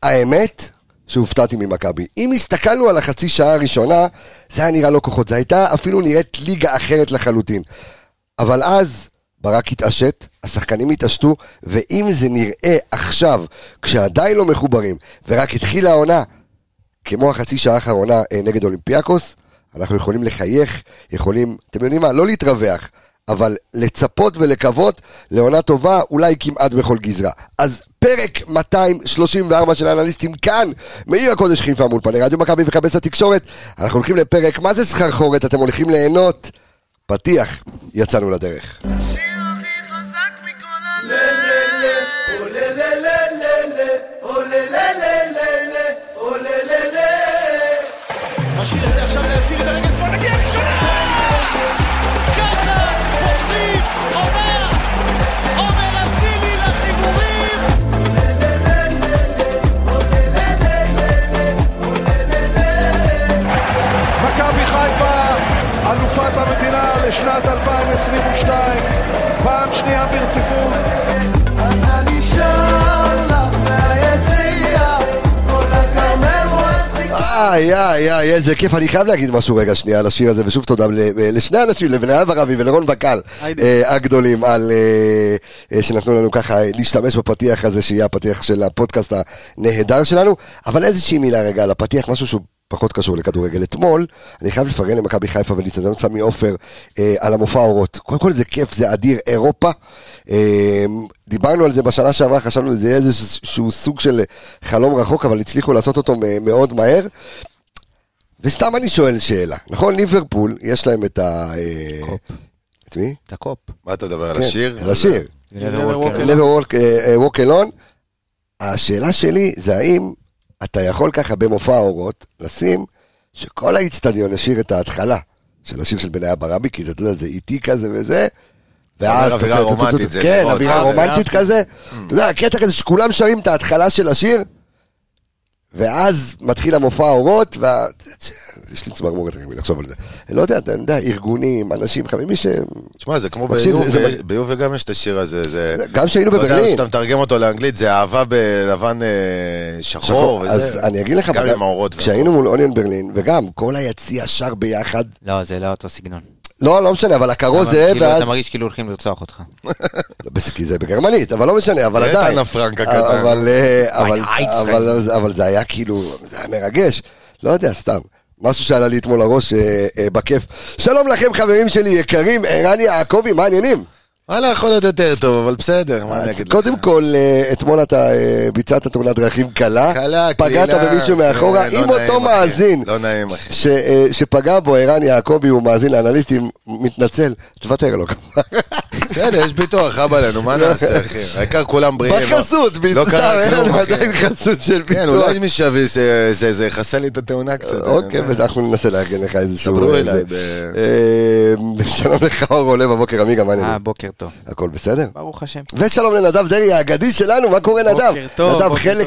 האמת שהופתעתי ממכבי. אם הסתכלנו על החצי שעה הראשונה, זה היה נראה לא כוחות, זה הייתה אפילו נראית ליגה אחרת לחלוטין. אבל אז ברק התעשת, השחקנים התעשתו, ואם זה נראה עכשיו, כשעדיין לא מחוברים, ורק התחילה העונה, כמו החצי שעה האחרונה נגד אולימפיאקוס, אנחנו יכולים לחייך, יכולים, אתם יודעים מה, לא להתרווח, אבל לצפות ולקוות לעונה טובה, אולי כמעט בכל גזרה. אז פרק 234 של האנליסטים כאן, מעיר הקודש חיפה מול פני רדיו מכבי וקבץ התקשורת. אנחנו הולכים לפרק, מה זה סחרחורת? אתם הולכים ליהנות. פתיח, יצאנו לדרך. השיר הכי חזק מכל הלב. השיר הזה עכשיו להציל את הרגע שמאל, נגיע ראשונה! ככה פותחים עומר אצילי לחיבורים. מכבי חיפה אלופת המדינה לשנת 2022, פעם שנייה ברציפות. אז אני שר לך מהיציאה, כל הכרמל רואה איזה כיף, אני חייב להגיד משהו רגע שנייה על השיר הזה, ושוב תודה לשני אנשים, לבניה ברבי ולרון בקל הגדולים, שנתנו לנו ככה להשתמש בפתיח הזה, שיהיה הפתיח של הפודקאסט הנהדר שלנו. אבל איזושהי מילה רגע על הפתיח, משהו שהוא פחות קשור לכדורגל. אתמול אני חייב לפרגן למכבי חיפה ולהצטרף סמי עופר על המופע האורות. קודם כל זה כיף, זה אדיר, אירופה. דיברנו על זה בשנה שעברה, חשבנו שזה איזשהו סוג של חלום רחוק, אבל הצליחו לעשות אותו מאוד מהר. וסתם אני שואל שאלה, נכון? ליברפול, יש להם את ה... את מי? את הקופ. מה אתה מדבר על השיר? על השיר. Never walk alone. השאלה שלי זה האם אתה יכול ככה במופע האורות לשים שכל האצטדיון ישיר את ההתחלה של השיר של בניה ברבי, כי זה, אתה יודע, זה איטי כזה וזה, ואז אווירה רומנטית, כן, אווירה רומנטית כזה, אתה יודע, הקטע כזה שכולם שרים את ההתחלה של השיר, ואז מתחיל המופע האורות, יש לי צמרמורת לחשוב על זה. לא יודע, ארגונים, אנשים, מי ש... תשמע, זה כמו ביובה גם יש את השיר הזה. גם שהיינו בברלין. אתה יודע, שאתה מתרגם אותו לאנגלית, זה אהבה בלבן שחור, אז אני אגיד לך, כשהיינו מול אוניון ברלין, וגם כל היציע שר ביחד. לא, זה לא אותו סגנון. לא משנה, אבל הקרו זה... כאילו אתה מרגיש כאילו הולכים לרצוח אותך. כי זה בגרמנית, אבל לא משנה, אבל עדיין. אבל זה היה כאילו, זה היה מרגש. לא יודע, סתם. משהו שעלה לי אתמול לראש בכיף. שלום לכם חברים שלי יקרים, ערן יעקבי, מה העניינים? וואלה, יכול להיות יותר טוב, אבל בסדר, מה אני אגיד לך? קודם כל, אתמול אתה ביצעת תאונת דרכים קלה, פגעת במישהו מאחורה, עם אותו מאזין, לא נעים אחי, שפגע בו, ערן יעקבי, הוא מאזין לאנליסטים, מתנצל, תוותר לו כמה. בסדר, יש ביטוח, חב עלינו, מה נעשה אחי? העיקר כולם בריאים. בחסות, ביצע, אין לנו עדיין חסות של ביטוח. כן, אולי מי שווה, זה יחסה לי את התאונה קצת. אוקיי, ואנחנו ננסה לארגן לך איזשהו... דברו אליי. שלום לך אור עולה בבוקר, עמיגה, מה נראה? בוקר טוב. הכל בסדר? ברוך השם. ושלום לנדב דרי האגדי שלנו, מה קורה נדב? נדב חלק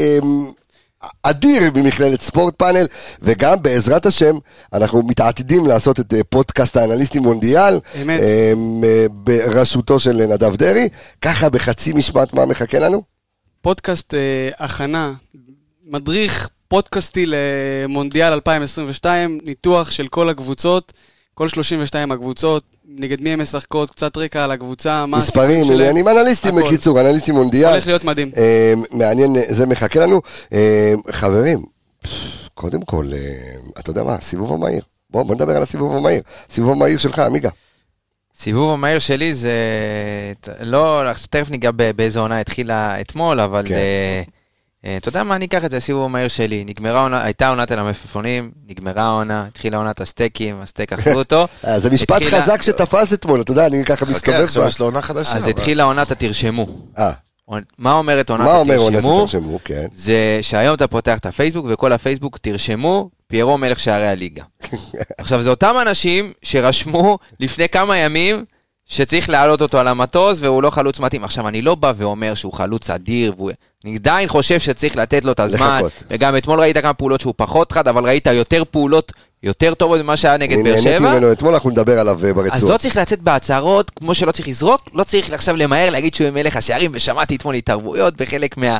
אדיר במכללת ספורט פאנל, וגם בעזרת השם אנחנו מתעתידים לעשות את פודקאסט האנליסטים מונדיאל, בראשותו של נדב דרי. ככה בחצי משפט מה מחכה לנו? פודקאסט הכנה, מדריך פודקאסטי למונדיאל 2022, ניתוח של כל הקבוצות, כל 32 הקבוצות, נגד מי הם משחקות, קצת רקע על הקבוצה, מספרים, עניינים, אנליסטים בקיצור, אנליסטים מונדיאל. הולך להיות מדהים. מעניין, זה מחכה לנו. חברים, קודם כל, אתה יודע מה, סיבוב המהיר. בוא נדבר על הסיבוב המהיר. סיבוב המהיר שלך, עמיגה. סיבוב המהיר שלי זה, לא, תכף ניגע באיזו עונה התחילה אתמול, אבל אתה יודע מה, אני אקח את זה, הסיבוב המהיר שלי, הייתה עונת על המפפונים, נגמרה העונה, התחילה עונת הסטייקים, הסטייק אכלו אותו. זה משפט חזק שתפס אתמול, אתה יודע, אני ככה מסתובב. אז התחילה עונת התרשמו. מה אומרת עונת התרשמו? זה שהיום אתה פותח את הפייסבוק, וכל הפייסבוק תרשמו, פיירו מלך שערי הליגה. עכשיו, זה אותם אנשים שרשמו לפני כמה ימים, שצריך להעלות אותו על המטוס, והוא לא חלוץ מתאים. עכשיו, אני לא בא ואומר שהוא חלוץ אדיר, אני עדיין חושב שצריך לתת לו את הזמן, וגם אתמול ראית כמה פעולות שהוא פחות חד, אבל ראית יותר פעולות, יותר טובות ממה שהיה נגד באר שבע. אתמול אנחנו נדבר עליו ברצועות. אז לא צריך לצאת בהצהרות, כמו שלא צריך לזרוק, לא צריך עכשיו למהר להגיד שהוא מלך השערים, ושמעתי אתמול התערבויות בחלק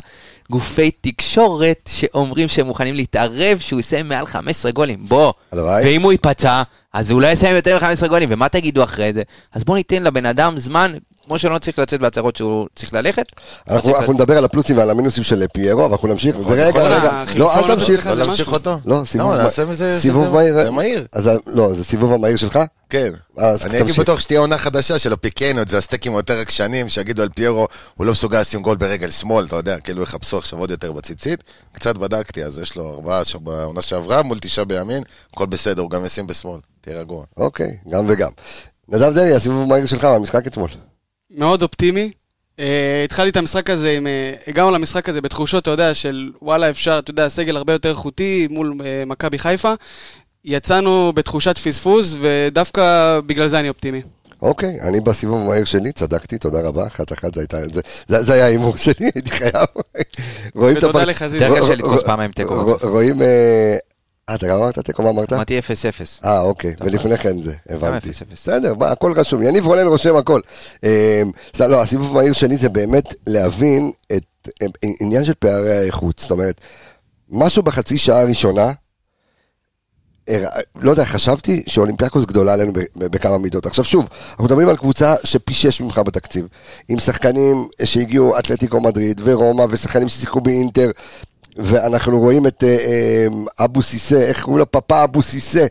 גופי תקשורת שאומרים שהם מוכנים להתערב שהוא יסיים מעל 15 גולים. בוא, ואם הוא ייפצע, אז הוא לא יסיים יותר מ-15 גולים, ומה תגידו אחרי זה? אז בוא ניתן לבן אדם זמן, כמו שלא צריך לצאת בהצהרות שהוא צריך ללכת. אנחנו נדבר על הפלוסים ועל המינוסים של פיירו, ואנחנו נמשיך. זה רגע. לא, אל תמשיך. לא להמשיך אותו? לא, סיבוב מהיר. זה מהיר. לא, זה סיבוב המהיר שלך? כן. אני הייתי בטוח שתהיה עונה חדשה של הפיקיינות, זה הסטייקים יותר רגשנים, שיגידו על פיירו, הוא לא מסוגל לשים גול ברגל שמאל, אתה יודע, כאילו יחפשו עכשיו עוד יותר בציצית. קצת בדקתי, אז יש לו 4 בעונה שעברה, מול 9 בימין, הכל בסדר, הוא גם ישים בשמאל, תהיה רגוע. אוקיי, גם וגם. נדב דרעי, הסיבוב המהיר שלך מהמשחק אתמול. מאוד אופטימי. התחלתי את המשחק הזה, הגענו למשחק הזה בתחושות, אתה יודע, של וואלה אפשר, אתה יודע, סגל הרבה יותר איכותי מול מכבי חיפה. יצאנו בתחושת פספוס, ודווקא בגלל זה אני אופטימי. אוקיי, אני בסיבוב המהיר שלי, צדקתי, תודה רבה, 1-1 זה היה האימור שלי, הייתי חייב. ותודה לך, זה יותר קשה לתפוס פעמיים תיקו. רואים, אתה גם אמרת תיקו, מה אמרת? אמרתי 0-0. אוקיי, ולפני כן זה, הבנתי. בסדר, הכל רשום, יניב רונן רושם הכל. לא, הסיבוב המהיר שלי זה באמת להבין את עניין של פערי האיכות, זאת אומרת, משהו בחצי שעה הראשונה, לא יודע, חשבתי שאולימפיאקוס גדולה עלינו בכמה מידות. עכשיו שוב, אנחנו מדברים על קבוצה שפי 6 ממך בתקציב, עם שחקנים שהגיעו אתלטיקו מדריד ורומא, ושחקנים ששיחקו באינטר, ואנחנו רואים את אבו סיסה, איך קוראים לו? פאפה אבו סיסה,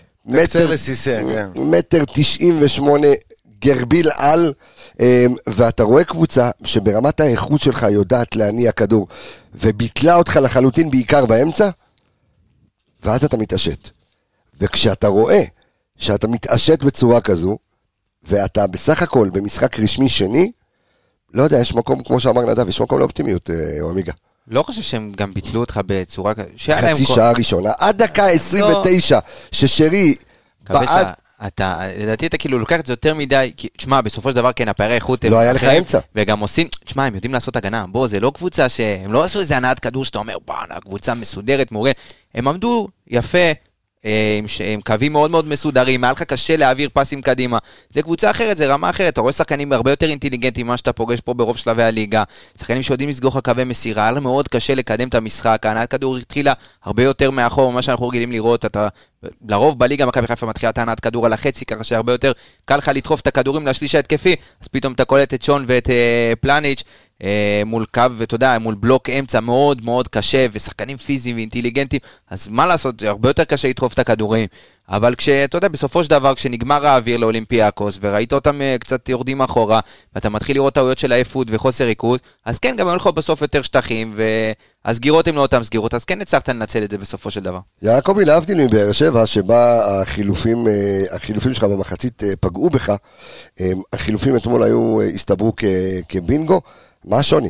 מטר 98 גרביל על, ואתה רואה קבוצה שברמת האיכות שלך יודעת להניע כדור, וביטלה אותך לחלוטין בעיקר באמצע, ואז אתה מתעשת. וכשאתה רואה שאתה מתעשת בצורה כזו, ואתה בסך הכל במשחק רשמי שני, לא יודע, יש מקום, כמו שאמר נדב, יש מקום לאופטימיות, או עמיגה. לא חושב שהם גם ביטלו אותך בצורה... חצי שעה ראשונה, עד דקה 29, ששרי בעד... לדעתי אתה כאילו לוקח את זה יותר מדי, תשמע, בסופו של דבר כן, הפערי איכות... לא היה לך אמצע. וגם עושים, תשמע, הם יודעים לעשות הגנה, בוא, זה לא קבוצה שהם לא עשו איזה הנעת כדור שאתה אומר, בואנה, קבוצה מסודרת, מורה, הם עמדו יפה, עם קווים מאוד מאוד מסודרים, היה לך קשה להעביר פסים קדימה, זה קבוצה אחרת, זה רמה אחרת, אתה רואה שחקנים הרבה יותר אינטליגנטים ממה שאתה פוגש פה ברוב שלבי הליגה, שחקנים שיודעים לסגור קווי מסירה, היה מאוד קשה לקדם את המשחק, הנעת כדור התחילה הרבה יותר מאחור, ממה שאנחנו רגילים לראות, אתה לרוב בליגה מכבי חיפה מתחילה את הנעת כדור על החצי, ככה שהרבה יותר קל לך לדחוף את הכדורים לשליש ההתקפי, אז פתאום אתה קולט את שון ואת פלניץ' מול קו, ואתה יודע, מול בלוק אמצע מאוד מאוד קשה, ושחקנים פיזיים ואינטליגנטים, אז מה לעשות, זה הרבה יותר קשה לדחוף את הכדורים, אבל כשאתה יודע, בסופו של דבר, כשנגמר האוויר לאולימפיאקוס, וראית אותם קצת יורדים אחורה, ואתה מתחיל לראות טעויות של העייפות וחוסר ריכוז, אז כן, גם הולכו בסוף יותר שטחים, והסגירות הן לא אותם סגירות, אז כן הצלחת לנצל את זה בסופו של דבר. יעקבי, להבדיל מבאר שבע, שבה החילופים שלך במחצית פגעו בך, החילופים אתמול היו, הסתברו כבינגו, מה השוני?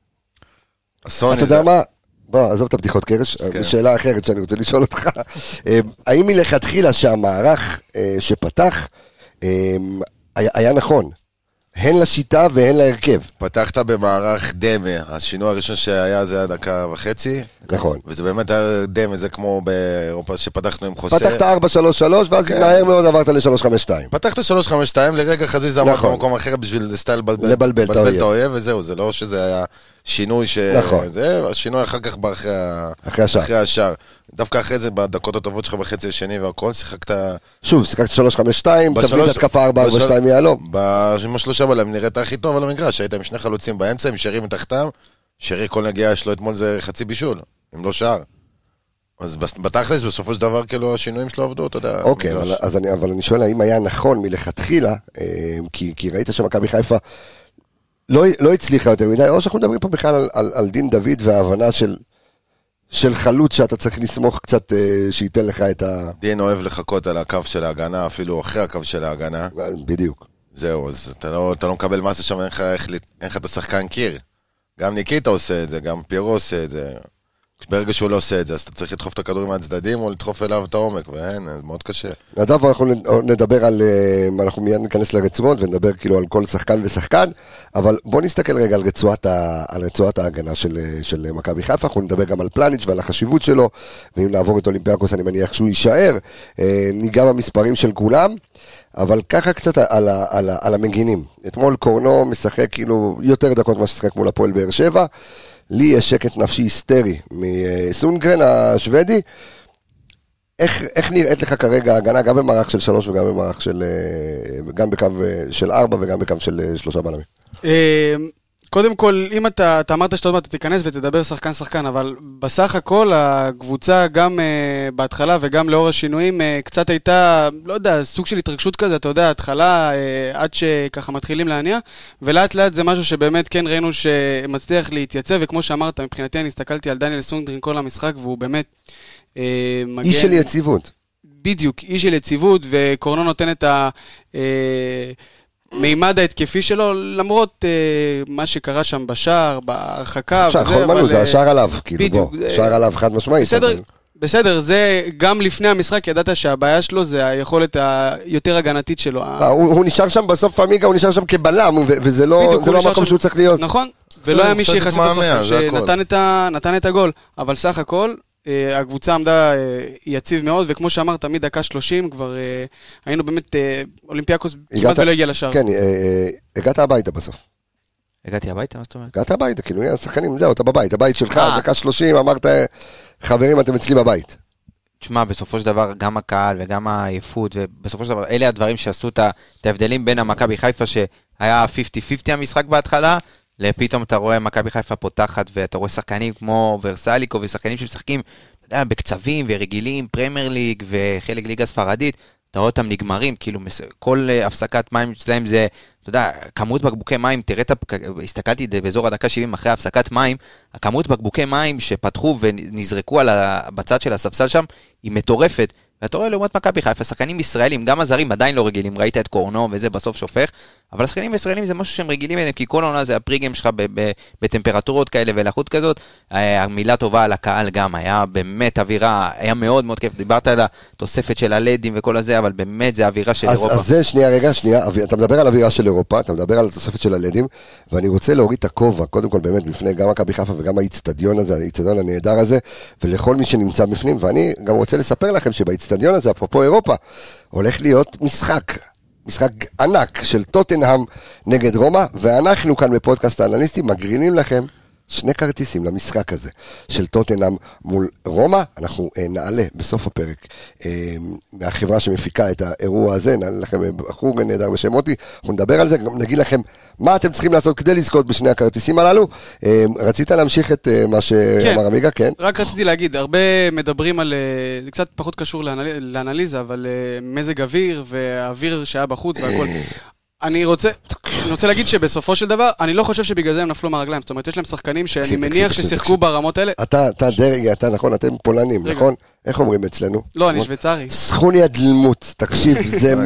אתה יודע מה? בוא, עזוב את הבדיחות קרש, שאלה אחרת שאני רוצה לשאול אותך. האם מלכתחילה שהמערך שפתח היה נכון? הן לשיטה והן להרכב. פתחת במערך דמה, השינוי הראשון שהיה זה היה 1.5 דקות. נכון. וזה באמת היה דמה, זה כמו באירופה שפתחנו עם חוסר. פתחת 4-3-3 ואז מהר מאוד עברת ל-3-5-2. פתחת 3-5-2, לרגע חזיזה עמד במקום אחר בשביל סטייל לבלבל את האויב, וזהו, זה לא שזה היה שינוי השינוי אחר כך בא אחרי השאר. דווקא אחרי זה, בדקות הטובות שלך בחצי השני והכל, שיחקת... שוב, שיחקת 3-5-2, תבליט התקפה 4-4-2 יעלום. עם השלושה בלם נראית הכי טוב על המגרש, היית עם שני חלוצים באמצע, עם שרי מתחתם, שרי כל נגיעה יש לו אתמול זה חצי בישול, אם לא שער. אז בתכלס, בסופו של דבר, כאילו, השינויים שלו עבדו, אתה יודע. אוקיי, אבל אני שואל, האם היה נכון מלכתחילה, כי ראית שמכבי חיפה לא הצליחה יותר מדי, או שאנחנו מדברים פה בכלל על דין דוד וההבנה של חלוץ שאתה צריך לסמוך קצת שייתן לך את ה... דין אוהב לחכות על הקו של ההגנה, אפילו אחרי הקו של ההגנה. בדיוק. זהו, אז אתה לא מקבל מסה שם, אין לך את השחקן קיר. גם ניקיטה עושה את זה, גם פיירו עושה את זה. ברגע שהוא לא עושה את זה, אז אתה צריך לדחוף את הכדורים מהצדדים או לדחוף אליו את העומק, ואין, זה מאוד קשה. נדב, אנחנו נדבר על, אנחנו מיד ניכנס לרצועות ונדבר כאילו על כל שחקן ושחקן, אבל בוא נסתכל רגע על רצועת ההגנה של מכבי חיפה, אנחנו נדבר גם על פלניץ' ועל החשיבות שלו, ואם נעבור את אולימפיאקוס אני מניח שהוא יישאר, ניגע במספרים של כולם, אבל ככה קצת על המגינים. אתמול קורנו משחק כאילו יותר דקות מה ששחק מול הפועל באר שבע, לי יש שקט נפשי היסטרי מסונגרן השוודי. איך נראית לך כרגע הגנה, גם במערך של 3 וגם במערך גם בקו של 4 וגם בקו של 3 בלמים? קודם כל, אם אתה אמרת שאתה עוד מעט תיכנס ותדבר שחקן, אבל בסך הכל הקבוצה גם בהתחלה וגם לאור השינויים קצת הייתה, לא יודע, סוג של התרגשות כזה, אתה יודע, התחלה עד שככה מתחילים להניע, ולאט לאט זה משהו שבאמת כן ראינו שמצליח להתייצב, וכמו שאמרת, מבחינתי אני הסתכלתי על דניאל סונגרן כל המשחק, והוא באמת מגן... איש של יציבות. בדיוק, איש של יציבות, וקורנו נותן את מימד ההתקפי שלו, למרות מה שקרה שם בשער, בהרחקה. זה השער עליו, כאילו, שער עליו חד משמעית. בסדר, זה גם לפני המשחק, ידעת שהבעיה שלו זה היכולת היותר הגנתית שלו. הוא נשאר שם בסוף פעמיגה, הוא נשאר שם כבלם, וזה לא המקום שהוא צריך להיות. נכון, ולא היה מי שיחסית בסוף, שנתן את הגול, אבל סך הכל, הקבוצה עמדה יציב מאוד, וכמו שאמרת, מדקה 30 כבר היינו באמת אולימפיאקוס כמעט ולא הגיע לשער. כן, הגעת הביתה בסוף. הגעתי הביתה, מה זאת אומרת? הגעת הביתה, כאילו, השחקנים, זהו, אתה בבית, הבית שלך, דקה 30, אמרת, חברים, אתם אצלי בבית. תשמע, בסופו של דבר, גם הקהל וגם העייפות, ובסופו של דבר, אלה הדברים שעשו את ההבדלים בין המכבי חיפה, שהיה 50-50 המשחק בהתחלה, לפתאום אתה רואה מכבי חיפה פותחת, ואתה רואה שחקנים כמו ורסליקו, ושחקנים שמשחקים, אתה יודע, בקצבים ורגילים, פרמייר ליג, וחלק ליגה ספרדית, אתה רואה אותם נגמרים, כאילו כל הפסקת מים שלהם זה, אתה יודע, כמות בקבוקי מים, תראה, הסתכלתי באזור הדקה 70 אחרי הפסקת מים, הכמות בקבוקי מים שפתחו ונזרקו בצד של הספסל שם, היא מטורפת, ואתה רואה לעומת מכבי חיפה, שחקנים ישראלים, גם הזרים עדיין לא רגילים, ראית את קורנו וזה בסוף שופך, אבל השחקנים הישראלים זה משהו שהם רגילים אליהם, כי כל העונה זה הפריגם שלך בטמפרטורות כאלה ולחות כזאת, המילה טובה על הקהל גם, היה באמת אווירה, היה מאוד מאוד כיף, דיברת על התוספת של הלדים וכל הזה, אבל באמת זה אווירה של אירופה. אז זה שנייה, אתה מדבר על אווירה של אירופה, אתה מדבר על התוספת של הלדים, ואני רוצה להוריד את הכובע, קודם כל באמת בפני גם מכבי חיפה וגם האצטדיון הזה, האצטדיון הנהדר הזה, ולכל מי שנמצא בפנים, ואני גם רוצה לספר לכם שבאצטדיון הזה, אפרופו אירופה, הולך להיות משחק ענק של טוטנהאם נגד רומא, ואנחנו כאן בפודקאסט האנליסטים מגרינים לכם 2 כרטיסים למשחק הזה של טוטנהאם מול רומא. אנחנו נעלה בסוף הפרק מהחברה שמפיקה את האירוע הזה, נעלה לכם בחור נהדר בשם מוטי, אנחנו נדבר על זה, גם נגיד לכם מה אתם צריכים לעשות כדי לזכות בשני הכרטיסים הללו. רצית להמשיך את מה שאמר עמיגה? כן. רק רציתי להגיד, הרבה מדברים על, זה קצת פחות קשור לאנליזה, אבל מזג אוויר והאוויר שהיה בחוץ והכל. אני רוצה להגיד שבסופו של דבר, אני לא חושב שבגלל זה הם נפלו מהרגליים, זאת אומרת, יש להם שחקנים שאני מניח ששיחקו ברמות האלה. אתה דרגי, אתה נכון, אתם פולנים, נכון? איך אומרים אצלנו? לא, אני שוויצרי. סכוני הדלמות, תקשיב, זה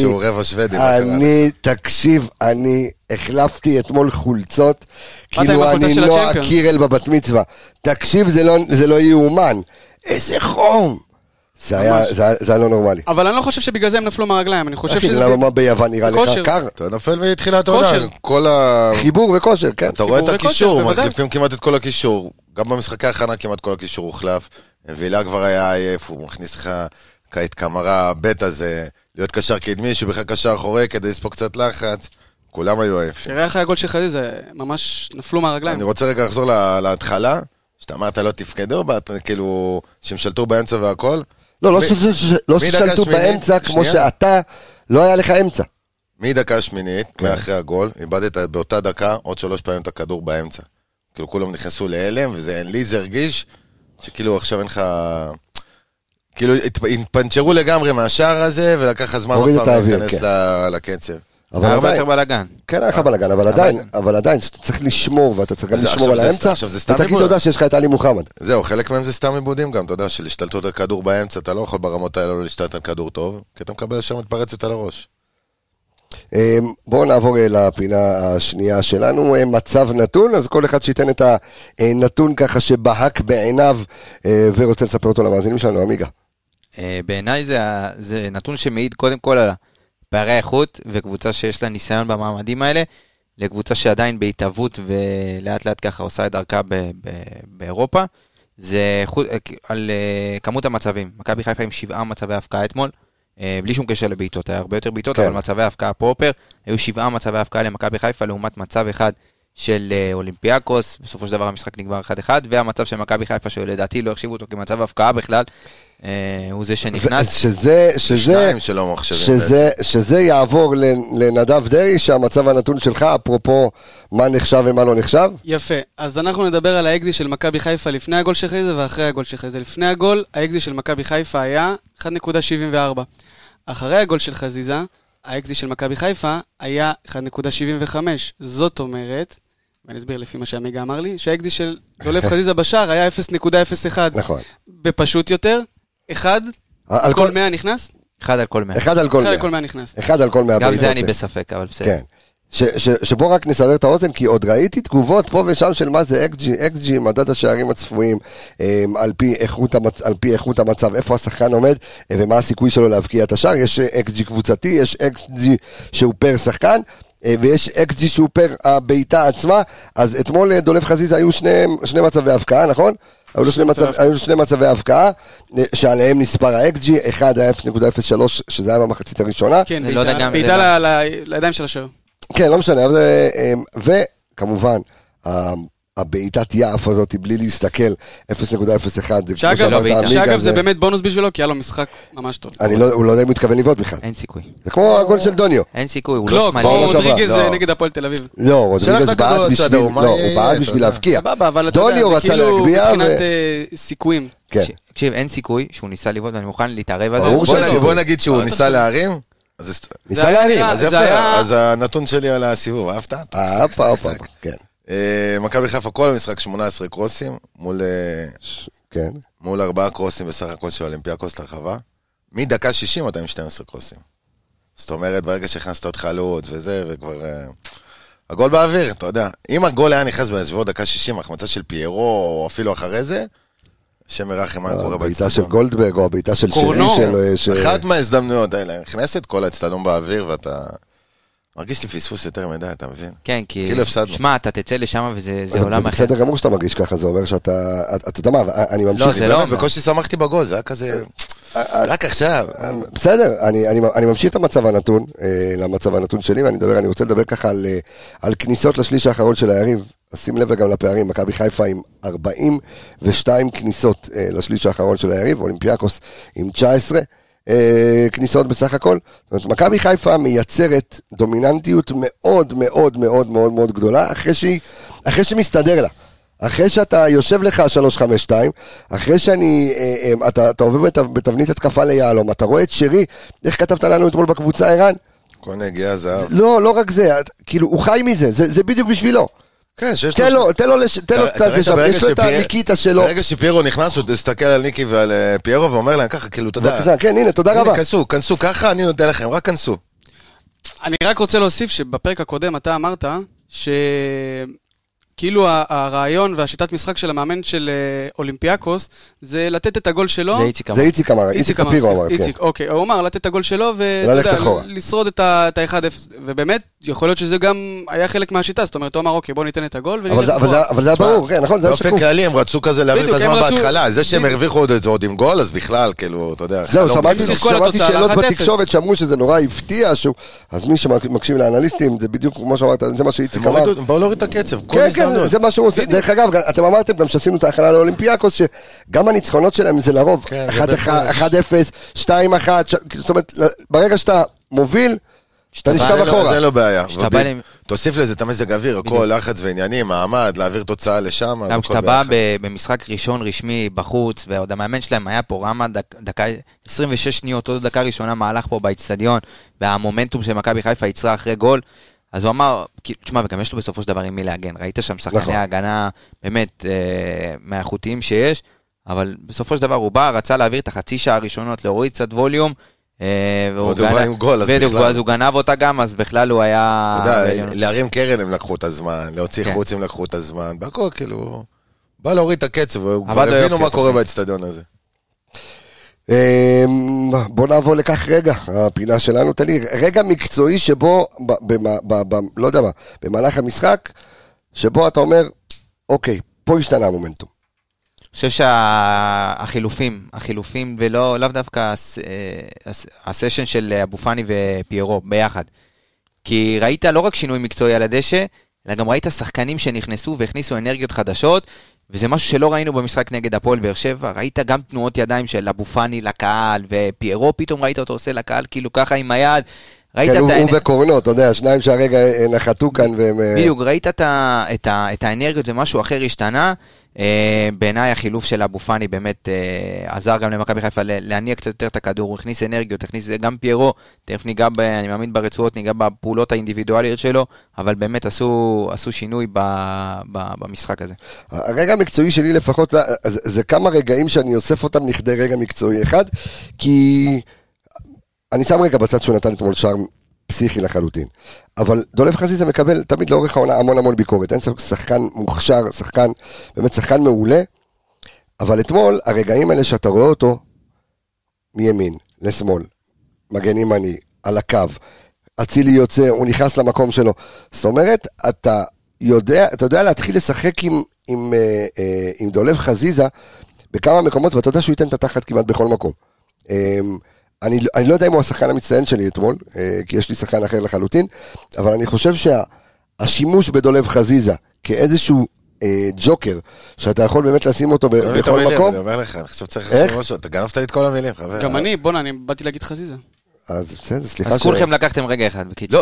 אני החלפתי אתמול חולצות, כאילו אני לא אכיר אל בבת מצווה. תקשיב, זה לא יאומן. איזה חום. זה היה לא נורמלי. אבל אני לא חושב שבגלל זה הם נפלו מהרגליים, אני חושב שזה... למה מה ביוון נראה לך קר? אתה נופל והתחילה העונה. חיבור וכושר, כן. אתה רואה את הקישור, מחליפים כמעט את כל הקישור. גם במשחקי הכנה כמעט כל הקישור הוחלף. וילה כבר היה עייף, הוא מכניס לך את קמרה הבית הזה, להיות קשר קדמי, שבכלל קשר אחורי כדי לספוק קצת לחץ. כולם היו עייפים. תראה אחרי הגול שלך זה ממש נפלו מהרגליים. אני רוצה רגע לחזור להתחלה, שאתה אמרת לא תפקדו, כאילו שהם שלטו באמצע והכל. לא ששלטו באמצע כמו שאתה, לא היה לך אמצע. מדקה שמינית, מאחרי הגול, איבדת באותה דקה עוד 3 פעמים את הכדור באמצע. כאילו כולם נכנסו להלם, לי זה הרגיש שכאילו עכשיו אין לך... כאילו התפנצ'רו לגמרי מהשער הזה, ולקח הזמן עוד פעם להיכנס לקצב. אבל הרבה יותר בלגן. כן, היה לך בלגן, אבל עדיין, שאתה צריך לשמור, ואתה צריך גם לשמור על האמצע, ותגיד תודה שיש לך את עלי מוחמד. זהו, חלק מהם זה סתם עיבודים גם, אתה יודע, של השתלטות על כדור באמצע, אתה לא יכול ברמות האלה לא להשתלט על כדור טוב, כי אתה מקבל שם מתפרצת על הראש. בואו נעבור לפינה השנייה שלנו, מצב נתון, אז כל אחד שייתן את הנתון ככה שבהק בעיניו, ורוצה לספר אותו למאזינים שלנו, עמיגה. בעיניי זה נתון שמעיד קודם כל על פערי איכות, וקבוצה שיש לה ניסיון במעמדים האלה, לקבוצה שעדיין בהתאבות ולאט לאט ככה עושה את דרכה באירופה, זה על כמות המצבים. מכבי חיפה עם 7 מצבי הפקעה אתמול, בלי שום קשר לבעיטות, היה הרבה יותר בעיטות, אבל מצבי הפקעה פרופר, היו 7 מצבי הפקעה למכבי חיפה, לעומת מצב אחד של אולימפיאקוס, בסופו של דבר המשחק נגמר 1-1, והמצב של מכבי חיפה, שלדעתי לא החשיבו אותו כמצב הפקעה בכלל, הוא זה שנכנס. שזה יעבור לנדב דרי, שהמצב הנתון שלך, אפרופו מה נחשב ומה לא נחשב. יפה, אז אנחנו נדבר על האקזי של מכבי חיפה לפני הגול של חזיזה ואחרי הגול של חזיזה. לפני הגול, האקזי של מכבי חיפה היה 1.74. אחרי הגול של חזיזה, האקזי של מכבי חיפה היה 1.75. זאת אומרת, ואני אסביר לפי מה שעמיגה אמר לי, שהאקזי של דולף חזיזה בשער היה 0.01. נכון. בפשוט יותר, 1 על כל 100 נכנס? 1 על כל 100. 1 על כל 100 נכנס. 1 על כל 100. גם זה אני בספק, אבל בסדר. כן. שבו רק נסבר את האוזן, כי עוד ראיתי תגובות פה ושם של מה זה XG, מדד השערים הצפויים, על פי איכות המצב, איפה השחקן עומד, ומה הסיכוי שלו להבקיע את השער. יש XG קבוצתי, יש XG שהוא פר שחקן, ויש XG שהוא פר הביתה עצמה. אז אתמול דולף חזיזה היו שני מצבי הבקעה, נכון? היו שני מצבי הבקעה, שעליהם נספר ה-XG, אחד היה 0.03, שזה היה במחצית הראשונה. כן, בעיטה לידיים של השוער. כן, לא משנה, וכמובן, הבעיטת יעף הזאת, בלי להסתכל, 0.01. שאגב, זה באמת בונוס בשבילו, כי היה לו משחק ממש טוב. הוא לא יודע אם הוא מתכוון לבעוט בכלל. אין סיכוי. זה כמו הגול של דוניו. אין סיכוי, הוא לא שמאלי. כמו רודריגז נגד הפועל תל אביב. לא, רודריגז בעט בשביל להבקיע. דוניו רצה להגביע. מבחינת סיכויים. תקשיב, אין סיכוי שהוא ניסה לבעוט, ואני מוכן להתערב על זה. בוא נגיד שהוא ניסה להרים. ניסה להרים. אז יפה, אז הנתון שלי על הסיבוב, אהבת? כן. מכבי חיפה כל המשחק 18 קרוסים, מול 4 קרוסים בסך הכל של אולימפיאקוס לרחבה. מדקה 60 אתה עם 12 קרוסים. זאת אומרת, ברגע שהכנסת עוד חלוץ וזה, וכבר... הגול באוויר, אתה יודע. אם הגול היה נכנס בסביבות דקה 60, החמצה של פיירו, או אפילו אחרי זה, שמרחם מה קורה באצטדיון. הביתה של גולדברג, או הביתה של שרי. אחת מההזדמנויות האלה, נכנסת כל האצטדיון באוויר, ואתה... מרגיש לי פספוס יותר מדי, אתה מבין? כן, כי... שמע, אתה תצא לשם וזה עולם אחר. זה בסדר גמור שאתה מרגיש ככה, זה אומר שאתה... אתה יודע מה, אני ממשיך... לא, זה לא... בקושי שמחתי בגול, זה היה כזה... רק עכשיו. בסדר, אני ממשיך את המצב הנתון, למצב הנתון שלי, ואני רוצה לדבר ככה על כניסות לשליש האחרון של היריב. שים לב גם לפערים, מכבי חיפה עם 42 כניסות לשליש האחרון של היריב, אולימפיאקוס עם 19 כניסות בסך הכל. זאת אומרת, מכבי חיפה מייצרת דומיננטיות מאוד מאוד מאוד מאוד מאוד גדולה, אחרי שמסתדר לה. אחרי שאתה יושב לך 3-5-2, אחרי אתה עובר בתבנית התקפה ליעלום, אתה רואה את שרי, איך כתבת לנו אתמול בקבוצה, ערן? כל נגיע זהב. לא רק זה, כאילו, הוא חי מזה, זה בדיוק בשבילו. כן, תן לו את זה שם, יש לו את הניקיטה שלו. ברגע שפיירו נכנס, הוא תסתכל על ניקי ועל פיירו, ואומר להם ככה, כאילו, תודה. כן, הנה, תודה רבה. כנסו ככה, אני נותן לכם, רק כנסו. אני רק רוצה להוסיף שבפרק הקודם אתה אמרת, כאילו הרעיון והשיטת משחק של המאמן של אולימפיאקוס, זה לתת את הגול שלו. זה איציק אמר, איציק טפירו אמר. איציק, אוקיי, הוא אמר לתת את הגול שלו, ולשרוד את ה-1-0, ובאמת, יכול להיות שזה גם היה חלק מהשיטה, זאת אומרת, הוא אמר, אוקיי, בוא ניתן את הגול, אבל זה היה ברור, כן, נכון, זה היה שקוף. באופן כללי, הם רצו כזה להעביר את הזמן בהתחלה, זה שהם הרוויחו עוד עם גול, אז בכלל, כאילו, אתה יודע. זהו, שמעתי שאלות בתקשורת שאמרו שזה נורא הפתיע, אז מי שמקשיב לאנליסטים, זה בדיוק כמו שאמרת, זה מה שאיציק אמר. בואו להוריד את הקצב. כן, כן, זה מה שהוא עושה. דרך אגב, אתם אמרתם גם שעשינו את ההכנה לאולימפיאקוס, שגם הניצחונות שלהם זה לרוב 1-0, 2-1, זאת אומרת, ברגע שאתה מוביל, אתה נשכב אחורה. זה לא בעיה. תוסיף לזה את המזג האוויר, הכל לחץ ועניינים, מעמד, להעביר תוצאה לשם. גם כשאתה בא במשחק ראשון רשמי בחוץ, ועוד המאמן שלהם היה פה רמה, דקה 26 שניות, עוד דקה ראשונה מהלך פה באצטדיון, והמומנטום של מכבי חיפה יצרה אחרי גול, אז הוא אמר, תשמע, וגם יש לו בסופו של דבר עם מי להגן, ראית שם שחקני ההגנה באמת מהאיכותיים שיש, אבל בסופו של דבר הוא בא, רצה להעביר את החצי שעה הראשונות, להוריד קצת ווליום, אז הוא גנב אותה גם, אז בכלל הוא היה... אתה יודע, להרים קרן הם לקחו את הזמן, להוציא חוץ הם לקחו את הזמן, בהכל כאילו, בא להוריד את הקצב, כבר הבינו מה קורה באצטדיון הזה. בוא נעבור לכך רגע, הפינה שלנו, תלי, רגע מקצועי שבו, לא יודע מה, במהלך המשחק, שבו אתה אומר, אוקיי, פה השתנה המומנטום. אני חושב שהחילופים ולא דווקא הסשן של אבו פאני ופיירו ביחד. כי ראית לא רק שינוי מקצועי על הדשא, אלא גם ראית שחקנים שנכנסו והכניסו אנרגיות חדשות, וזה משהו שלא ראינו במשחק נגד הפועל באר שבע, ראית גם תנועות ידיים של אבו פאני לקהל, ופיירו פתאום ראית אותו עושה לקהל, כאילו ככה עם היד, כן, הוא וקורנו, אתה יודע, שניים שהרגע נחתו כאן והם... בדיוק, ראית את האנרגיות, זה משהו אחר השתנה, בעיניי החילוף של אבו פאני באמת עזר גם למכבי חיפה להניע קצת יותר את הכדור, הוא הכניס אנרגיות, הכניס גם פיירו, תכף ניגע, אני מאמין ברצועות, ניגע בפעולות האינדיבידואליות שלו, אבל באמת עשו שינוי במשחק הזה. הרגע המקצועי שלי לפחות, זה כמה רגעים שאני אוסף אותם לכדי רגע מקצועי אחד, כי אני שם רגע בצד שהוא נתן אתמול שער פסיכי לחלוטין, אבל דולב חזיזה מקבל תמיד לאורך העונה המון ביקורת, אין שחקן מוכשר, באמת שחקן מעולה, אבל אתמול הרגעים האלה שאתה רואה אותו מימין לשמאל, מגן ימני, על הקו, אצילי יוצא, הוא נכנס למקום שלו, זאת אומרת, אתה יודע להתחיל לשחק עם דולב חזיזה בכמה מקומות, ואתה יודע שהוא ייתן את התחת כמעט בכל מקום. אני לא יודע אם הוא השחקן המצטיין שלי אתמול, כי יש לי שחקן אחר לחלוטין, אבל אני חושב שהשימוש בדולב חזיזה כאיזשהו ג'וקר, שאתה יכול באמת לשים אותו בכל מקום. אני אומר לך, אני חושב שצריך לעשות משהו, אתה גנבת לי את כל המילים, חבר. גם אני, בונה, אני באתי להגיד חזיזה. אז בסדר, סליחה. אז כולכם לקחתם רגע אחד, בקיצור. לא,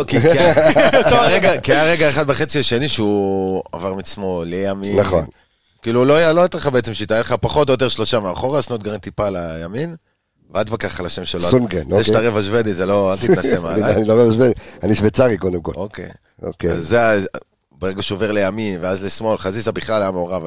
כי היה רגע אחד בחצי השני שהוא עבר מצמו לימין. נכון. כאילו לא הייתה לך בעצם שיטה, היה לך פחות או יותר 3 מאחורה, סנות גרנט טיפה לימין. ועד וכך על השם שלו. סונגן, אוקיי. זה שאתה רבע שוודי, זה לא, אל תתנסה מעליי. אני לא רבע שוודי, אני שוויצרי קודם כל. אוקיי. אז זה, ברגע שעובר לימין, ואז לשמאל, חזיזה בכלל היה מעורב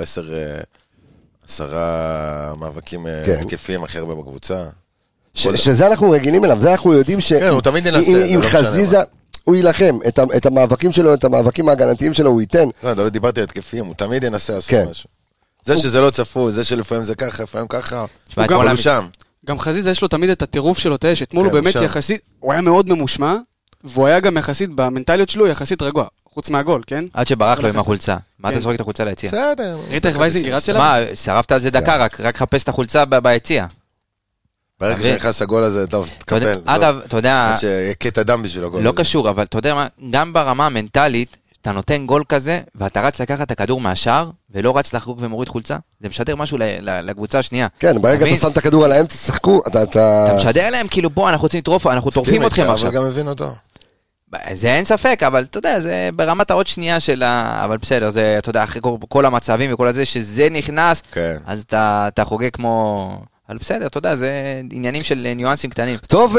10 מאבקים התקפיים אחר בקבוצה. שזה אנחנו רגילים אליו, זה אנחנו יודעים שאם חזיזה, הוא ילחם, את המאבקים שלו, את המאבקים ההגנתיים שלו, הוא ייתן. לא, דיברתי על התקפיים, הוא תמיד ינסה לעשות משהו. זה שזה לא צפוי, זה שלפעמים זה ככה, לפעמים ככה, הוא שם. גם חזיזה יש לו תמיד את הטירוף שלו, אתמול הוא באמת יחסית, הוא היה מאוד ממושמע, והוא היה גם יחסית, במנטליות שלו, יחסית רגוע, חוץ מהגול, כן? עד שברח לו עם החולצה. מה אתה זורק את החולצה ליציאה? בסדר. ראית איך וייזינגר רץ אליו? מה, שרפת על זה דקה, רק חפש את החולצה ביציאה. ברגע שנכנס הגול הזה, טוב, תקבל. אגב, אתה יודע... עד שיקט אדם בשביל הגול הזה. לא קשור, אבל אתה יודע מה, גם ברמה המנטלית, אתה נותן גול כזה, ואתה רץ לקחת את הכדור מהשאר, ולא רץ לחגוג ומוריד חולצה, זה משדר משהו לקבוצה השנייה. כן, ברגע אתה שם את הכדור על האמצע, תשחקו, אתה משדר להם, כאילו בוא, אנחנו רוצים לטרוף, אנחנו טורפים אתכם עכשיו. אבל גם מבין אותו. זה אין ספק, אבל אתה יודע, זה ברמת העוד שנייה של אבל בסדר, זה, אתה יודע, אחרי כל המצבים וכל הזה, שזה נכנס, אז אתה חוגג כמו... אבל בסדר, אתה יודע, זה עניינים של ניואנסים קטנים. טוב,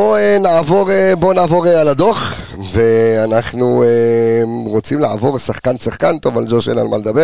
בוא נעבור על הדוח, ואנחנו רוצים לעבור שחקן טוב, על ג'וש אין על מה לדבר.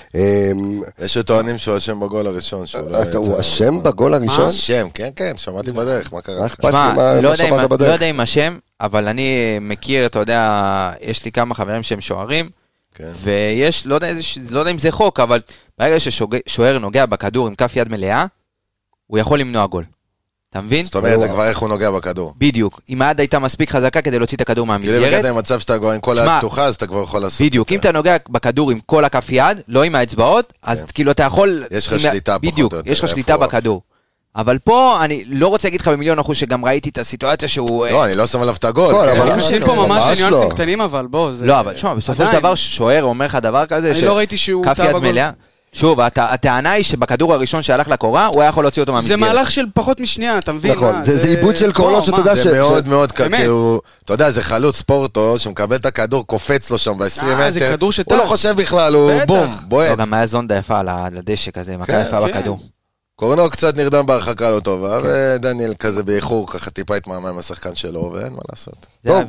יש שטוענים שהוא אשם בגול הראשון. הוא אשם בגול הראשון? אשם, כן, שמעתי בדרך, מה קרה? לא יודע אם אשם, אבל אני מכיר, אתה יודע, יש לי כמה חברים שהם שוערים, ויש, לא יודע אם זה חוק, אבל ברגע ששוער נוגע בכדור עם כף יד מלאה, הוא יכול למנוע גול. אתה מבין? זאת אומרת, זה כבר איך הוא נוגע בכדור. בדיוק. אם היד הייתה מספיק חזקה כדי להוציא את הכדור מהמסגרת. כאילו בקטע עם מצב שאתה עם כל היד פתוחה, אז אתה כבר יכול לעשות. בדיוק. אם אתה נוגע בכדור עם כל הכף יד, לא עם האצבעות, אז כאילו אתה יכול... יש לך שליטה פחות או יותר. בדיוק, יש לך שליטה בכדור. אבל פה, אני לא רוצה להגיד לך ב1,000,000% שגם ראיתי את הסיטואציה שהוא... לא, אני לא שם עליו את הגול. אני חושב פה ממש ניואנסים קטנים, אבל בוא, זה... לא, אבל שוב, בסופו של דבר שוער אומר לך דבר כזה, אני לא ראיתי שהוא כף יד מלאה. שוב, הטענה היא שבכדור הראשון שהלך לקורה, הוא היה יכול להוציא אותו מהמסגרת. זה מהלך של פחות משנייה, אתה מבין? נכון, זה עיבוד של קורנות שאתה יודע זה מאוד מאוד, כאילו, אתה יודע, זה חלוץ ספורטו, שמקבל את הכדור, קופץ לו שם ב-20 מטר, הוא לא חושב בכלל, הוא בום, בועט. גם היה זונדה יפה על הדשא כזה, מכה יפה בכדור. קורנו קצת נרדם בהרחקה לא טובה, ודניאל כזה באיחור ככה טיפה התמהמה עם השחקן שלו, ואין מה לעשות.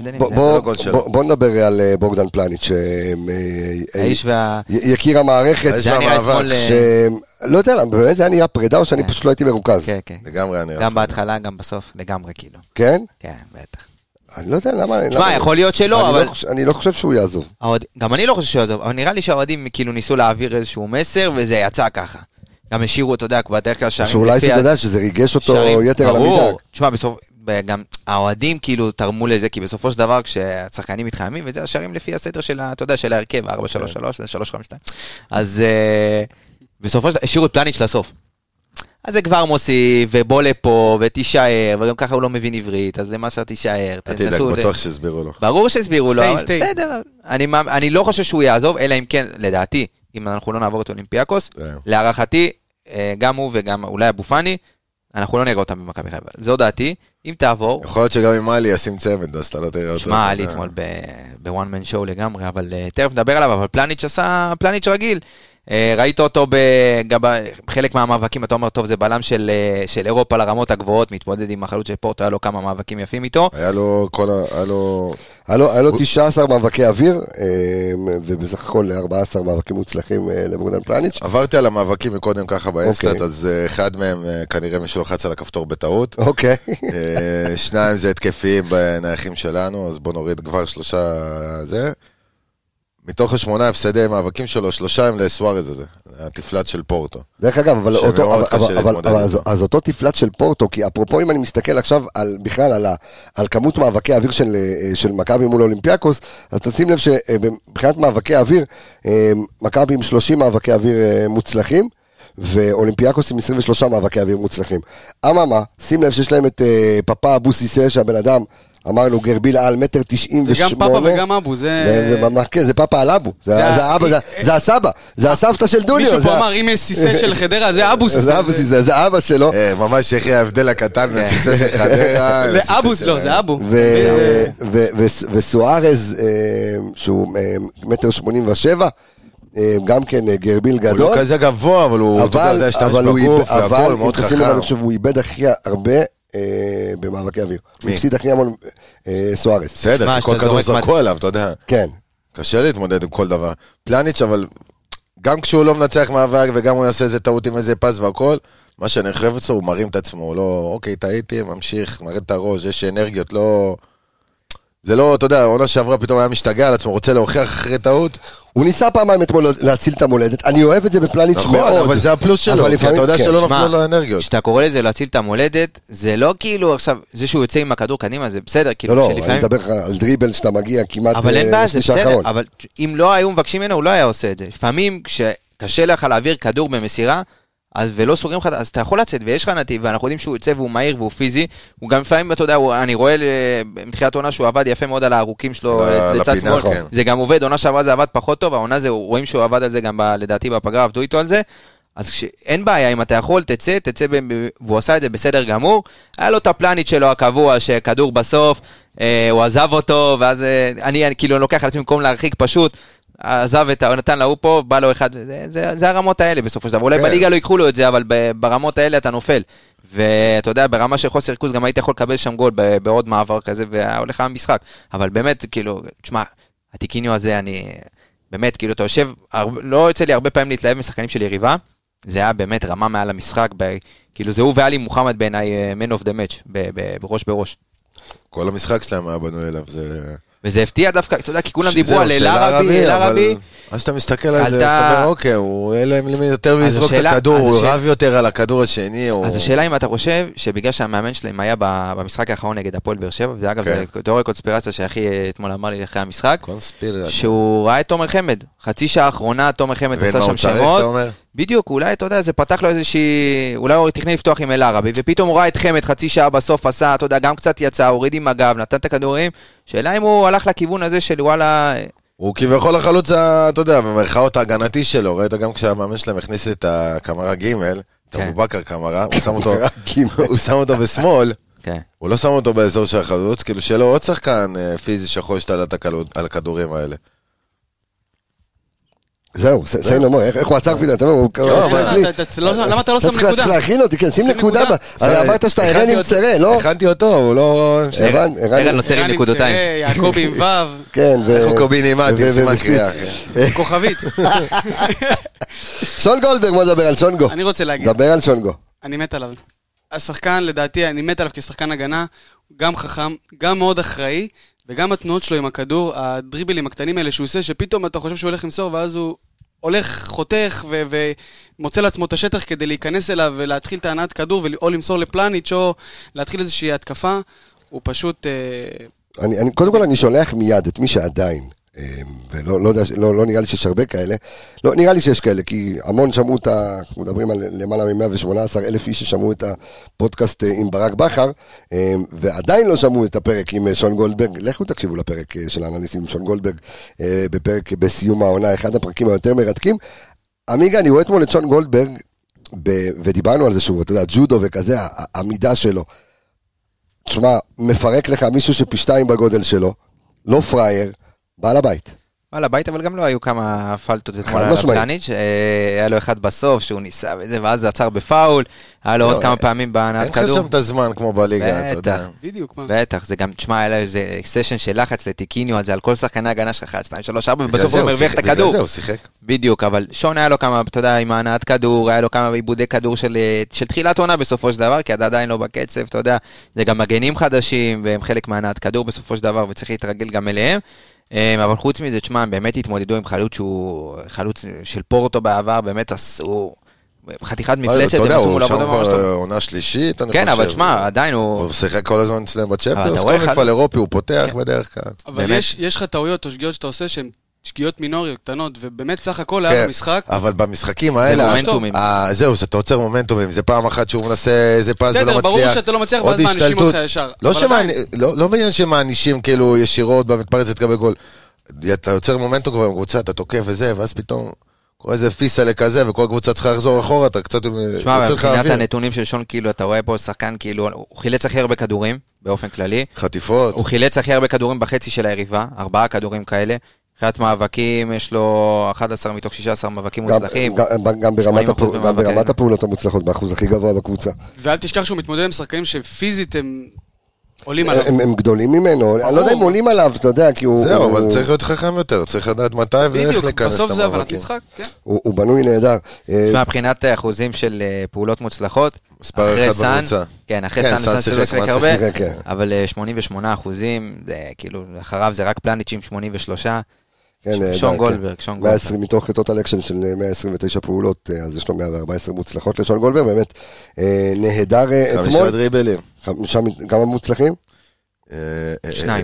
בוא נדבר על בוגדן פלניץ' יקיר המערכת, לא יודע, באמת זה היה נראה פרידה או שאני פשוט לא הייתי מרוכז. לגמרי היה נראה. גם בהתחלה, גם בסוף, לגמרי כאילו. כן? כן, בטח. אני לא יודע למה... תשמע, יכול להיות שלא, אבל... אני לא חושב שהוא יעזוב. גם אני לא חושב שהוא יעזוב, אבל נראה לי שהאוהדים כאילו ניסו להעביר איזשהו מסר, וזה יצא ככה. גם השאירו, אתה יודע, בדרך כלל שערים... שאולי אתה יודע שזה ריגש אותו יתר על המידה. תשמע, גם האוהדים כאילו תרמו לזה, כי בסופו של דבר, כשהשחקנים מתחממים, וזה השערים לפי הסדר של, אתה יודע, של ההרכב, 4-3-3, 3-5-2. אז בסופו של דבר, השאירו את פלניץ' לסוף. אז זה כבר מוסיף, ובוא לפה, ותישאר, וגם ככה הוא לא מבין עברית, אז למה שתישאר? תדאג, בטוח שהסבירו לו. ברור שהסבירו לו, אבל בסדר. אני לא חושב שהוא יעזוב, אלא אם כן, לדעתי, אם אנחנו לא נעבור את אולימפיאקוס, להערכתי, גם הוא וגם אולי אבו פאני, אנחנו לא נראה אותם במכבי חיפה. זו דעתי, אם תעבור... יכול להיות שגם עם אלי ישים צמד, אז אתה לא תראה אותו. שמע, אלי אתמול בוואן מן שואו לגמרי, אבל תכף נדבר עליו, אבל פלניץ' עשה פלניץ' רגיל. ראית אותו בחלק מהמאבקים, אתה אומר, טוב, זה בלם של אירופה לרמות הגבוהות, מתמודד עם החלוץ של פורטו, היה לו כמה מאבקים יפים איתו. היה לו 19 מאבקי אוויר, ובסך הכל 14 מאבקים מוצלחים לבוגדן פלניץ'. עברתי על המאבקים מקודם ככה באינסטאט, אז אחד מהם כנראה מישהו לחץ על הכפתור בטעות. אוקיי. שניים זה התקפיים בנייחים שלנו, אז בוא נוריד כבר 3 זה. מתוך 8 הפסדי מאבקים שלו, 3 הם לסוארז הזה, התפלט של פורטו. דרך אגב, אז אותו תפלט של פורטו, כי אפרופו אם אני מסתכל עכשיו בכלל על כמות מאבקי האוויר של מכבי מול אולימפיאקוס, אז תשים לב שבבחינת מאבקי האוויר, מכבי עם 30 מאבקי אוויר מוצלחים, ואולימפיאקוס עם 23 מאבקי אוויר מוצלחים. אממה, שים לב שיש להם את פאפה אבו סיסה, שהבן אדם, אמרנו גרביל על 1.98 מטר. זה גם פאפה וגם אבו, כן, זה פאפה על אבו, זה הסבא, זה הסבתא של דוניו. מישהו פה אמר, אם יש סיסה של חדרה, זה אבו סיסה. זה אבו סיסה, זה אבא שלו. ממש יחי ההבדל הקטן מהסיסה של חדרה. זה אבו, לא, זה אבו. וסוארז, שהוא 1.87 מטר, גם כן גרביל גדול. הוא לא כזה גבוה, אבל הוא יודע שתמש בגוף, והכל מאוד חכם. אני חושב, הוא איבד הכי הרבה במאבקי אוויר. הוא הפסיד הכי המון סוארז. בסדר, כל כדור זרקו עליו, אתה יודע. כן. קשה להתמודד עם כל דבר. פלניץ', אבל גם כשהוא לא מנצח מאבק, וגם הוא יעשה איזה טעות עם איזה פס והכל, מה שאני חייב אצלו, הוא מרים את עצמו, הוא לא, אוקיי, טעיתי, ממשיך, מרד את הראש, יש אנרגיות, לא... זה לא, אתה יודע, העונה שעברה פתאום היה משתגע על עצמו, רוצה להוכיח אחרי טעות. הוא ניסה פעמיים אתמול להציל את המולדת, אני אוהב את זה בפלניץ' מאוד. אבל זה הפלוס שלו, כי אתה יודע שלא נפלו לו אנרגיות. כשאתה קורא לזה להציל את המולדת, זה לא כאילו עכשיו, זה שהוא יוצא עם הכדור קדימה, זה בסדר, כאילו לא, אני מדבר על דריבל שאתה מגיע כמעט... אבל אין בעיה, זה בסדר, אבל אם לא היו מבקשים ממנו, הוא לא היה עושה את זה. לפעמים כשקשה לך להעביר כדור במסירה, ולא סוגרים לך, אז אתה יכול לצאת, ויש לך נתיב, ואנחנו יודעים שהוא יוצא והוא מהיר והוא פיזי, הוא גם לפעמים, אתה יודע, אני רואה מתחילת העונה שהוא עבד יפה מאוד על הארוכים שלו לצד שמאל, זה גם עובד, עונה שעברה זה עבד פחות טוב, העונה זה, רואים שהוא עבד על זה גם לדעתי בפגרה, עבדו איתו על זה, אז אין בעיה, אם אתה יכול, תצא, והוא עשה את זה בסדר גמור, היה לו את הפלנית שלו הקבוע, שכדור בסוף, הוא עזב אותו, ואז אני כאילו לוקח על עצמי במקום להרחיק פשוט, עזב את נתן להוא פה, בא לו אחד, זה הרמות האלה בסופו של דבר, אולי בליגה לא ייקחו לו את זה, אבל ברמות האלה אתה נופל, ואתה יודע, ברמה של חוסר ריכוז, גם היית יכול לקבל שם גול בעוד מעבר כזה, והולך המשחק, אבל באמת, כאילו, תשמע, הטיקיניו הזה, אני, באמת, כאילו, אתה יושב, לא יוצא לי הרבה פעמים להתלהב משחקנים של יריבה, זה היה באמת רמה מעל המשחק, כאילו זה הוא ואלי מוחמד בעיניי man of the match, בראש בראש. כל המשחק שלהם היה בנו אליו, זה... וזה הפתיע דווקא, אתה יודע, כי כולם דיברו על אל-ערבי, אז אתה מסתכל על זה, אז אתה אומר, אוקיי, הוא להם יותר מלזרוק את הכדור, הוא רב יותר על הכדור השני. אז השאלה אם אתה חושב שבגלל שהמאמן שלהם היה במשחק האחרון נגד הפועל באר שבע, ואגב, זה תיאוריה קונספירציה שאחי אתמול אמר לי אחרי המשחק, שהוא ראה את תומר חמד, חצי שעה האחרונה תומר חמד עשה שם שמות, בדיוק, אולי אתה יודע, זה פתח לו איזושהי, אולי הוא תכנן לפתוח עם אל-ערבי, ופתאום הוא ראה את חמד חצי שעה בסוף עשה, אתה יודע, גם קצת יצא, הוריד עם הגב, נתן את הכדורים, שאלה אם הוא הלך לכיוון הזה של וואלה... הוא כביכול החלוץ, אתה יודע, במרכאות ההגנתי שלו, ראית גם כשהמאמן שלהם הכניס את הקמרה ג' את אבו-בכר קמרה, הוא שם אותו בשמאל, הוא לא שם אותו באזור של החלוץ, כאילו שלא עוד שחקן פיזי שיכול להשתלט על הכדורים האלה. זהו, סיים נאמר, איך הוא עצר פתאום, אתה אומר, למה אתה לא שם נקודה? צריך להכין אותי, כן, שים נקודה, אמרת שאתה ערן עם צרה, לא? הכנתי אותו, הוא לא... ערן נוצר עם נקודותיים. יעקובי עם וו. כן, איך הוא קובינימטי, סימן קריאה. כוכבית. שון גולדברג, בוא נדבר על שונגו. אני רוצה להגיד. דבר על שונגו. אני מת עליו. השחקן, לדעתי, אני מת עליו כשחקן הגנה, גם חכם, גם מאוד אחראי, וגם התנועות שלו עם הכדור, הדריבלים הקטנים האלה שהוא עושה, שפתאום אתה חושב שהוא הולך למסור, ואז הוא הולך, חותך, ומוצא לעצמו את השטח כדי להיכנס אליו, ולהתחיל את הענת כדור, או למסור לפלניץ' או להתחיל איזושהי התקפה, הוא פשוט... קודם כל אני שולח מיד את מי שעדיין ולא נראה לי שיש הרבה כאלה, לא נראה לי שיש כאלה, כי המון שמעו אנחנו מדברים על למעלה מ-118,000 איש ששמעו את הפודקאסט עם ברק בכר, ועדיין לא שמעו את הפרק עם שון גולדברג. לכו תקשיבו לפרק של האנליסטים עם שון גולדברג, בפרק בסיום העונה, אחד הפרקים היותר מרתקים. עמיגה, אני רואה אתמול את שון גולדברג, ודיברנו על זה שוב, אתה יודע, ג'ודו וכזה, העמידה שלו, תשמע, מפרק לך מישהו שפי 2 בגודל שלו, לא פרייר, בעל הבית. בעל הבית, אבל גם לא היו כמה פלטות אתמול על הפלניץ', היה לו אחד בסוף שהוא ניסה וזה, ואז זה עצר בפאול, היה לו עוד כמה פעמים בהנעת כדור. אין לך שם את הזמן כמו בליגה, אתה יודע. בדיוק, מה? בטח, זה גם, תשמע, היה לו איזה סשן של לחץ לטיקיניו, זה על כל שחקני הגנה שלך, 1, 2, 3, 4, ובסוף הוא מרוויח את הכדור. בגלל זה הוא שיחק. בדיוק, אבל שון היה לו כמה, אתה יודע, עם ההנעת כדור, היה לו כמה עיבודי כדור של תחילת עונה בסופו של דבר, כי עדיין לא בקצב, אתה יודע, זה גם מגנים חדשים, והם חלק מהנעת כדור בסופו של דבר, וצריך להתרגל גם אליהם. אבל חוץ מזה, תשמע, הם באמת התמודדו עם חלוץ שהוא חלוץ של פורטו בעבר, באמת עשו חתיכת מפלצת. אתה יודע, הוא שם כבר עונה שלישית, אני חושב. כן, אבל תשמע, עדיין הוא שיחק כל הזמן אצלם בצ'מפיונס, כל מפעל אירופי הוא פותח בדרך כלל. אבל יש לך טעויות או שגיאות שאתה עושה שהן שגיאות מינוריות קטנות, ובאמת סך הכל היה במשחק. אבל במשחקים האלה, זהו, שאתה עוצר מומנטומים, זה פעם אחת שהוא מנסה איזה פס ולא מצליח. בסדר, ברור שאתה לא מצליח, ואז מענישים אותך ישר. לא בעניין שמענישים כאילו ישירות במתפרצת לקבל גול. אתה יוצר מומנטום כבר עם קבוצה, אתה תוקף וזה, ואז פתאום קורא איזה פיסה כזה, וכל קבוצה צריכה לחזור אחורה, אתה קצת יוצא לך אוויר. מבחינת הנתונים של שון, כאילו, אתה רואה פה שחקן, כאילו, הוא חילץ הכי הרבה כדורים, באופן כללי. חטיפות. הוא חילץ הכי הרבה כדורים בחצי של היריבה, 4 כדורים כאלה. מבחינת מאבקים, יש לו 11 מתוך 16 מאבקים מוצלחים. גם ברמת הפעולות המוצלחות, באחוז הכי גבוה בקבוצה. ואל תשכח שהוא מתמודד עם שחקנים שפיזית הם עולים עליו. הם גדולים ממנו, אני לא יודע אם עולים עליו, אתה יודע, כי הוא... זהו, אבל צריך להיות חכם יותר, צריך לדעת מתי ואיך להיכנס בסוף זה הבנת משחק, כן. הוא בנוי נהדר. מבחינת אחוזים של פעולות מוצלחות, מספר אחד בממוצע. כן, אחרי סאן שיחק הרבה, אבל 88%, כאילו, אחריו זה רק פלניצ'ים 83%. שון גולדברג. 120 מתוך טוטל אקשן של 129 פעולות, אז יש לו 114 מוצלחות לשון גולדברג, באמת נהדר אתמול. 5 דריבלים. גם המוצלחים? 2.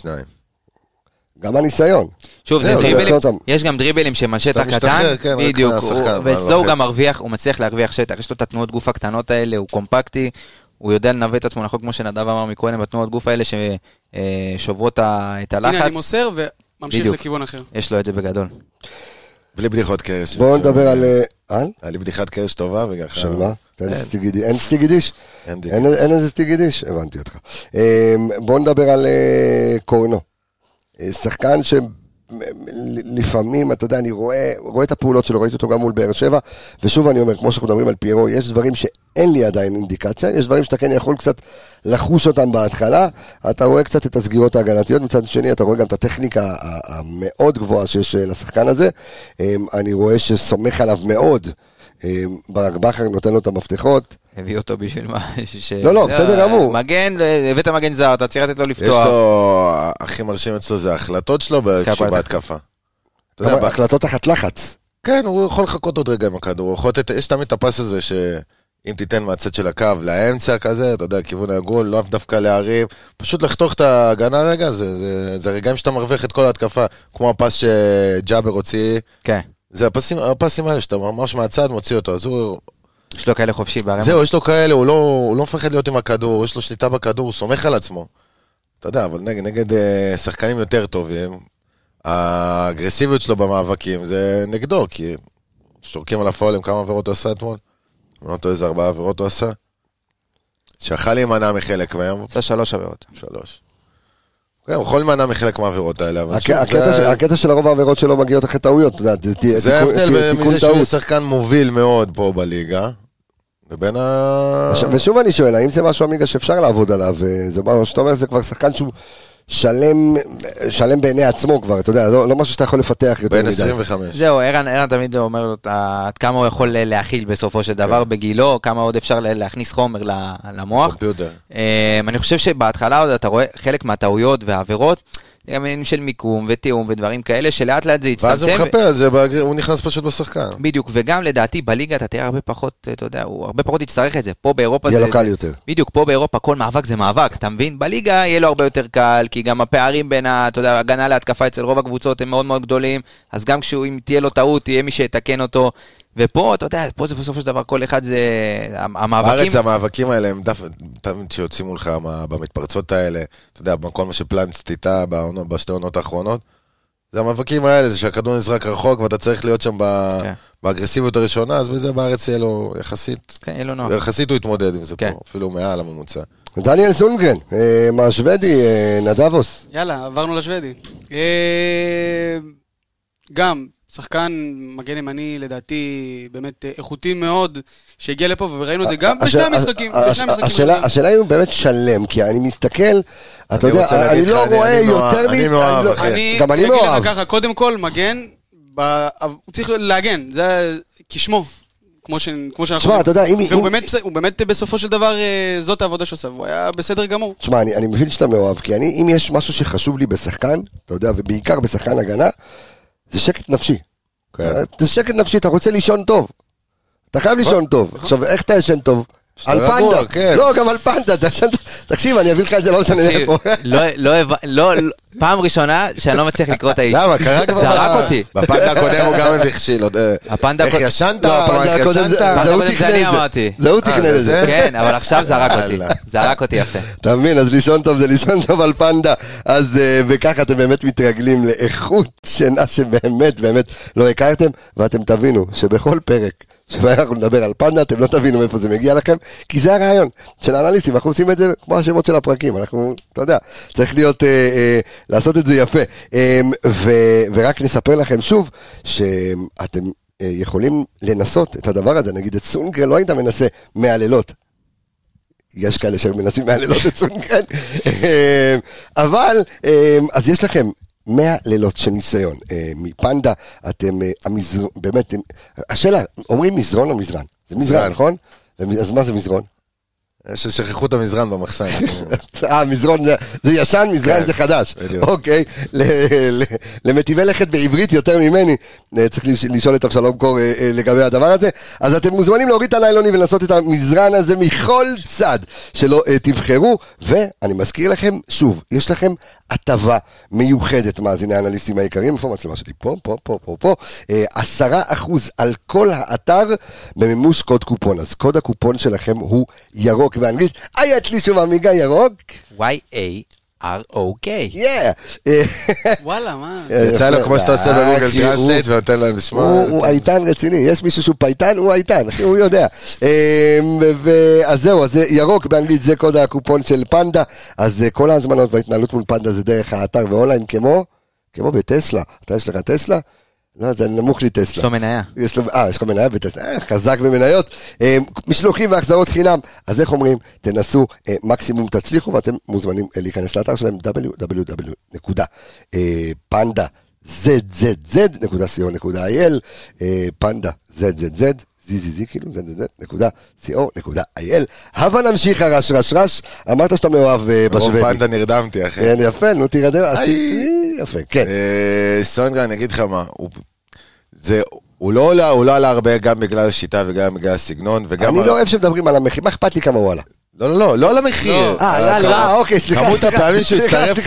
גם הניסיון. שוב, זה דריבלים, יש גם דריבלים שמשטח קטן, בדיוק, ואצלו הוא גם מרוויח, הוא מצליח להרוויח שטח, יש לו את התנועות גוף הקטנות האלה, הוא קומפקטי, הוא יודע לנווט את עצמו, נכון כמו שנדב אמר מקודם, בתנועות גוף האלה ששוברות את הלחץ. הנה, אני מוסר ממשיך לכיוון אחר. יש לו את זה בגדול. בלי בדיחות קרש. בואו נדבר על... היה לי בדיחת קרש טובה. של מה? אין סטיגידיש? אין איזה סטיגידיש? הבנתי אותך. בואו נדבר על קורנו. שחקן שלפעמים, אתה יודע, אני רואה את הפעולות שלו, ראיתי אותו גם מול באר שבע, ושוב אני אומר, כמו שאנחנו מדברים על פיירו, יש דברים שאין לי עדיין אינדיקציה, יש דברים שאתה כן יכול קצת לחוש אותם בהתחלה, אתה רואה קצת את הסגירות ההגנתיות, מצד שני אתה רואה גם את הטכניקה המאוד גבוהה שיש לשחקן הזה, אני רואה שסומך עליו מאוד, ברק בכר נותן לו את המפתחות, הביא אותו בשביל מה? לא, בסדר גמור. מגן, הבאת מגן זר, אתה צריך לתת לו לפתוח. יש לו, הכי מרשים אצלו זה ההחלטות שלו בהתקפה. החלטות תחת לחץ. כן, הוא יכול לחכות עוד רגע עם הכדור, יש תמיד את הפס הזה שאם תיתן מהצד של הקו לאמצע כזה, אתה יודע, כיוון הגול, לא דווקא להרים, פשוט לחתוך את ההגנה רגע, זה רגעים שאתה מרוויח את כל ההתקפה, כמו הפס שג'אבר הוציא. כן. זה הפסים האלה שאתה ממש מהצד מוציא אותו, אז הוא... יש לו כאלה חופשי בערם. זהו, יש לו כאלה, הוא לא מפחד להיות עם הכדור, יש לו שליטה בכדור, הוא סומך על עצמו. אתה יודע, אבל נגד שחקנים יותר טובים, האגרסיביות שלו במאבקים זה נגדו, כי שורקים על הפועלים כמה עבירות הוא עשה אתמול. אני לא יודע איזה 4 עבירות הוא עשה. שיכל להימנע מחלק מהם. עשה 3 עבירות. 3. כן, הוא יכול להימנע מחלק מהעבירות האלה. הקטע של הרוב העבירות שלו מגיעות אחרי טעויות. זה ההבדל מזה שהוא שחקן מוביל מאוד פה בליגה. ושוב אני שואל, האם זה משהו עמיגה שאפשר לעבוד עליו? זה מה שאתה אומר, זה כבר שחקן שהוא שלם בעיני עצמו כבר, אתה יודע, לא משהו שאתה יכול לפתח יותר מדי. בין 25. זהו, ערן תמיד אומר עד כמה הוא יכול להכיל בסופו של דבר בגילו, כמה עוד אפשר להכניס חומר למוח. קומפיוטר. אני חושב שבהתחלה עוד אתה רואה חלק מהטעויות והעבירות, גם עניינים של מיקום ותיאום ודברים כאלה, שלאט לאט זה יצטמצם. ואז הוא מחפה על זה, הוא נכנס פשוט בשחקן. בדיוק, וגם לדעתי בליגה אתה תראה הרבה פחות, אתה יודע, הוא הרבה פחות יצטרך את זה. פה באירופה יהיה לו קל יותר. בדיוק, פה באירופה כל מאבק זה מאבק, אתה מבין? בליגה יהיה לו הרבה יותר קל, כי גם הפערים בין, אתה יודע, הגנה להתקפה אצל רוב הקבוצות הם מאוד מאוד גדולים, אז גם אם תהיה לו טעות, תהיה מי שיתקן אותו. ופה, אתה יודע, פה זה בסופו של דבר כל אחד זה המאבקים. בארץ המאבקים האלה הם תמיד שיוצאים מולך במתפרצות האלה, אתה יודע, בכל מה שפלנצת איתה בשתי עונות האחרונות, זה המאבקים האלה, זה שהכדור נזרק רחוק ואתה צריך להיות שם באגרסיביות הראשונה, אז בזה בארץ יהיה לו יחסית, יחסית הוא יתמודד עם זה פה, אפילו מעל הממוצע. דניאל סונגרן, מהשוודי, נדבוס. יאללה, עברנו לשוודי. גם שחקן מגן ימני לדעתי באמת איכותי מאוד שהגיע לפה וראינו את זה גם בשני המשחקים. השאלה היא באמת שלם, כי אני מסתכל, אתה יודע, אני לא רואה יותר אני מאוהב, גם אני מאוהב. קודם כל מגן, הוא צריך להגן, זה כשמו. כמו שאנחנו... תשמע, אתה יודע, והוא באמת בסופו של דבר זאת העבודה שעושה, והוא היה בסדר גמור. תשמע, אני מבין שאתה מאוהב, כי אם יש משהו שחשוב לי בשחקן, אתה יודע, ובעיקר בשחקן הגנה, זה שקט נפשי. זה שקט נפשי, אתה רוצה לישון טוב. אתה חייב לישון טוב. עכשיו, איך אתה ישן טוב? על פנדה. לא, גם על פנדה. תקשיב, אני אביא לך את זה, לא משנה איפה. לא, פעם ראשונה שאני לא מצליח לקרוא את האיש. למה? קרה כבר. זרק אותי. בפנדה הקודם הוא גם הבחיל. איך ישנת? הפנדה הקודם זה הוא תקנה לזה. כן, אבל עכשיו זרק אותי. זרק אותי יפה. אתה מבין, אז לישון טוב זה לישון טוב על פנדה. אז וככה אתם באמת מתרגלים לאיכות שינה שבאמת באמת לא הכרתם, ואתם תבינו שבכל פרק שבא אנחנו נדבר על פנדה, אתם לא תבינו מאיפה זה מגיע לכם, כי זה הרעיון של האנליסטים, אנחנו עושים את זה כמו השמות של הפרקים, אנחנו, אתה יודע, צריך להיות, לעשות את זה יפה, ורק נספר לכם שוב, שאתם יכולים לנסות את הדבר הזה, נגיד את סונגרן, לא היית מנסה מהלילות, יש כאלה שמנסים מהלילות את סונגרן, אבל, אז יש לכם, 100 לילות של ניסיון, מפנדה, אתם, באמת, השאלה, אומרים מזרון או מזרן? זה מזרן, נכון? אז מה זה מזרון? שכחו את המזרן במחסן. מזרון זה ישן, מזרן זה חדש. אוקיי, למטיבי לכת בעברית יותר ממני, צריך לשאול את אבשלום קור לגבי הדבר הזה, אז אתם מוזמנים להוריד את הניילונים ולנסות את המזרן הזה מכל צד שלא תבחרו, ואני מזכיר לכם, שוב, יש לכם הטבה מיוחדת, מאזיני האנליסטים העיקריים, איפה המצלמה שלי? פה, 10% על כל האתר במימוש קוד קופון, אז קוד הקופון שלכם הוא ירוק באנגלית, היה אצלי שוב עמיגה ירוק, Y-A-R-O-K. וואלה, מה? יצא לו כמו שאתה עושה בגוגל טרנסלייט ונותן להם לשמוע. הוא איתן רציני, יש מישהו שהוא פייטן, הוא איתן, אחי, הוא יודע. אז זהו, אז ירוק באנגלית זה קוד הקופון של פנדה, אז כל ההזמנות וההתנהלות מול פנדה זה דרך האתר ואונליין כמו בטסלה. אתה יש לך טסלה? לא, זה נמוך לי טסלה. יש לו מניה. יש לך מניה בטסלה, חזק במניות. משלוחים והחזרות חינם. אז איך אומרים? תנסו, מקסימום תצליחו, ואתם מוזמנים להיכנס לאתר שלהם, www.pandazz.co.il, פנדה, זזז.co.il. הבה נמשיך הרש. אמרת שאתה מאוהב בשוודי. פנדה נרדמתי, אחי. כן, יפה, נו תירדם. יפה, כן. סונגרן, אני אגיד לך מה, הוא לא עלה הרבה גם בגלל השיטה וגם בגלל הסגנון. אני לא אוהב שמדברים על המחיר, מה אכפת לי כמה הוא עלה? לא על המחיר. אוקיי, סליחה. כמות הפעמים שהוא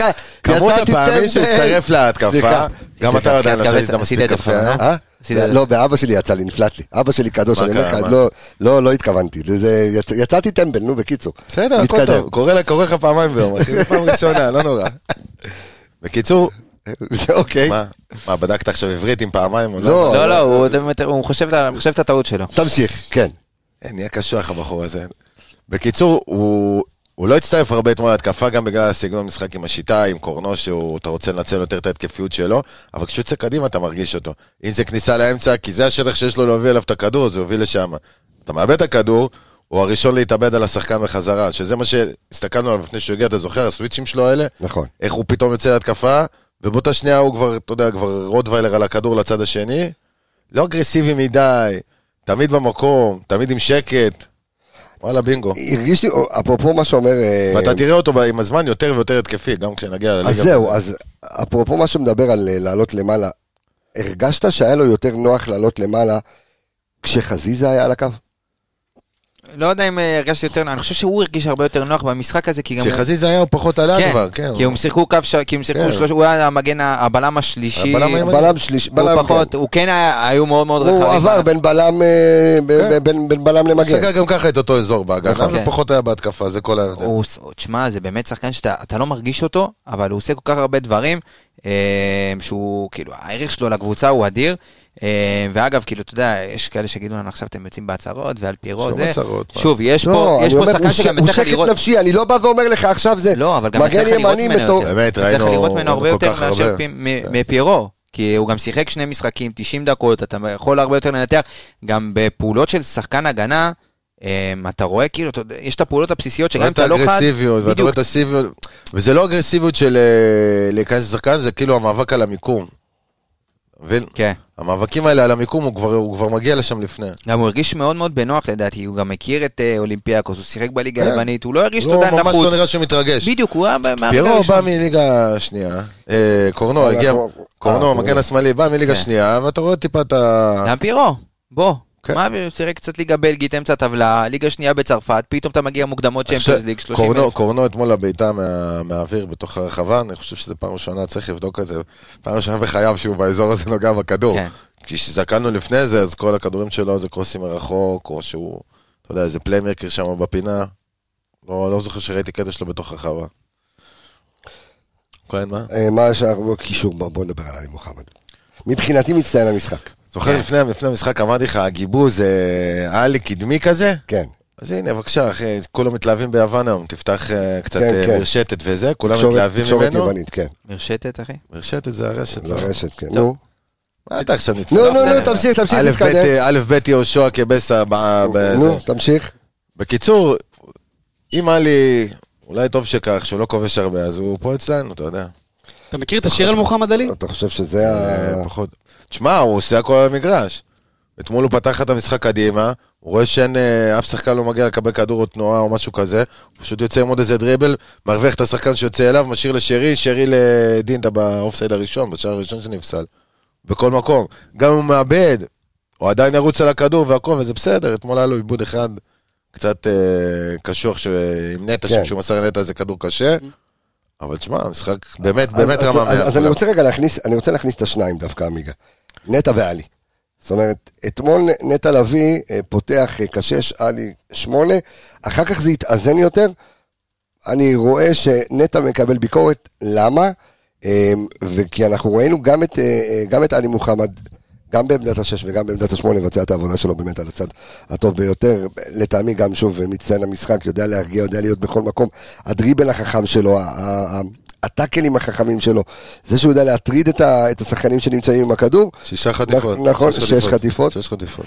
הצטרף להתקפה, גם אתה יודע לשבת את מספיק קפה. לא, באבא שלי יצא לי, נפלט לי. אבא שלי קדוש, אני אומר לך, לא התכוונתי. יצאתי טמבל, נו, בקיצור. בסדר, הכל טוב. קורא לך פעמיים ביום, אחי, זה פעם ראשונה, לא נורא. בקיצור, אוקיי. מה, בדקת עכשיו עברית עם פעמיים? לא, הוא חושב את הטעות שלו. תמשיך, כן. נהיה קשוח הבחור הזה. בקיצור, הוא לא הצטרף הרבה אתמול להתקפה, גם בגלל הסגנון משחק עם השיטה, עם קורנו, שאתה רוצה לנצל יותר את ההתקפיות שלו, אבל כשהוא קדימה אתה מרגיש אותו. אם זה כניסה לאמצע, כי זה השטח שיש לו להוביל אליו את הכדור, אז הוא הוביל לשם. אתה מאבד את הכדור, הוא הראשון להתאבד על השחקן בחזרה, שזה מה שהסתכלנו עליו לפני שהוא הגיע, אתה זוכר, הסוויצ'ים שלו האלה? נכון. איך הוא פתאום יוצא להתקפה, ובאותה שנייה הוא כבר, אתה יודע, כבר רוטוויילר על הכדור לצד השני, לא אגרסיבי מדי, תמיד במקום, תמיד עם שקט. וואלה, בינגו. הרגיש לי, אפרופו מה שאומר... ואתה תראה אותו עם הזמן יותר ויותר התקפי, גם כשנגיע לליגה. אז זהו, אז אפרופו מה שמדבר על לעלות למעלה, הרגשת שהיה לו יותר נוח לעלות למעלה כשחזיזה היה על הקו? לא יודע אם הרגשתי יותר נוח, אני חושב שהוא הרגיש הרבה יותר נוח במשחק הזה, כי גם כשחזיזה היה הוא פחות עלה כבר, כן. כי הם שיחקו קו, כי הם שיחקו שלוש, הוא היה המגן, הבלם השלישי, הוא כן היו מאוד מאוד רחבים. הוא עבר בין בלם למגן. הוא סגר גם ככה את אותו אזור בהגנה, ופחות היה בהתקפה, זה כל ההבדל. תשמע, זה באמת שחקן שאתה לא מרגיש אותו, אבל הוא עושה כל כך הרבה דברים, שהוא, כאילו, הערך שלו לקבוצה הוא אדיר, ואגב, כאילו, אתה יודע, יש כאלה שגידו לנו, עכשיו אתם יוצאים בהצהרות, ועל פירו זה, שוב, יש פה שחקן שגם מצליח לראות... הוא שקט נפשי, אני לא בא ואומר לך, עכשיו זה מגן ימני מתור. צריך לראות ממנו הרבה יותר מאשר מפירו, כי הוא גם שיחק 2 משחקים, 90 דקות, אתה יכול הרבה יותר לנתח, גם בפעולות של שחקן הגנה, אתה רואה, כאילו, יש את הפעולות הבסיסיות שגם אתה לא חד... ואתה רואה את האגרסיביות, וזה לא אגרסיביות של להיכנס לשחקן, זה כאילו המאבק על המיקום. כן. המאבקים האלה על המיקום, הוא כבר מגיע לשם לפני. גם הוא הרגיש מאוד מאוד בנוח לדעתי, הוא גם מכיר את אולימפיאקוס, הוא שיחק בליגה היוונית, הוא לא הרגיש תודה נחות. הוא ממש לא נראה שמתרגש. בדיוק, הוא היה... פירו בא מליגה שנייה, קורנו, הגיע, קורנו, המגן השמאלי, בא מליגה שנייה, ואתה רואה טיפה את ה... גם פירו, בוא. מה, שיחק קצת ליגה בלגית, אמצע טבלה, ליגה שנייה בצרפת, פתאום אתה מגיע מוקדמות צ'מפיונס ליג, 30,000. קורנו אתמול הביתה מהאוויר בתוך הרחבה, אני חושב שזה פעם ראשונה, צריך לבדוק את זה, פעם ראשונה בחייו שהוא באזור הזה נוגע בכדור. כשזקלנו לפני זה, אז כל הכדורים שלו זה קרוסים מרחוק, או שהוא, אתה יודע, איזה פליימקר שם בפינה, לא זוכר שראיתי קטע שלו בתוך הרחבה. כהן, מה? מה שאנחנו קישור, בוא נדבר על עלי מוחמד. מבחינתי מצטיין המשחק. זוכר לפני המשחק אמרתי לך, הגיבוז עלי קדמי כזה? כן. אז הנה, בבקשה, אחי, כולם מתלהבים ביוון היום, תפתח קצת מרשתת וזה, כולם מתלהבים ממנו. תקשורת יוונית, כן. מרשתת, אחי? מרשתת זה הרשת. זה הרשת, כן. נו. מה אתה עכשיו נצטרך? נו, תמשיך, תתקדם. א' ב' יהושע כבסה. נו, תמשיך. בקיצור, אם עלי, אולי טוב שכך, שהוא לא כובש הרבה, אז הוא פה אצלנו, אתה יודע. אתה מכיר את השיר על מוחמד עלי? אתה חושב שזה פחות. תשמע, הוא עושה הכל על המגרש. אתמול הוא פתח את המשחק קדימה, הוא רואה שאין אף שחקן לא מגיע לקבל כדור או תנועה או משהו כזה, הוא פשוט יוצא עם עוד איזה דריבל, מרוויח את השחקן שיוצא אליו, משאיר לשרי, שרי לדינטה באופסייד הראשון, בשער הראשון שנפסל. בכל מקום. גם אם הוא מאבד, הוא עדיין ירוץ על הכדור והכל, וזה בסדר. אתמול היה לו עיבוד אחד קצת קשוח עם נטה, כשהוא מסר נטה זה כדור קשה, אבל תשמע, המשחק באמת רמה. אז אני רוצה רגע להכניס את השניים דווקא, אמיגה. נטה ועלי. זאת אומרת, אתמול נטע לביא פותח קשש, עלי 8, אחר כך זה יתאזן יותר, אני רואה שנטע מקבל ביקורת, למה? וכי אנחנו ראינו גם את עלי מוחמד, גם בעמדת ה-6 וגם בעמדת ה-8, לבצע את העבודה שלו באמת על הצד הטוב ביותר, לטעמי גם שוב מצטיין המשחק, יודע להרגיע, יודע להיות בכל מקום, הדריבל החכם שלו, הטאקלים החכמים שלו, זה שהוא יודע להטריד את השחקנים שנמצאים עם הכדור. 6 חטיפות. נכון, 6 חטיפות. 6 חטיפות.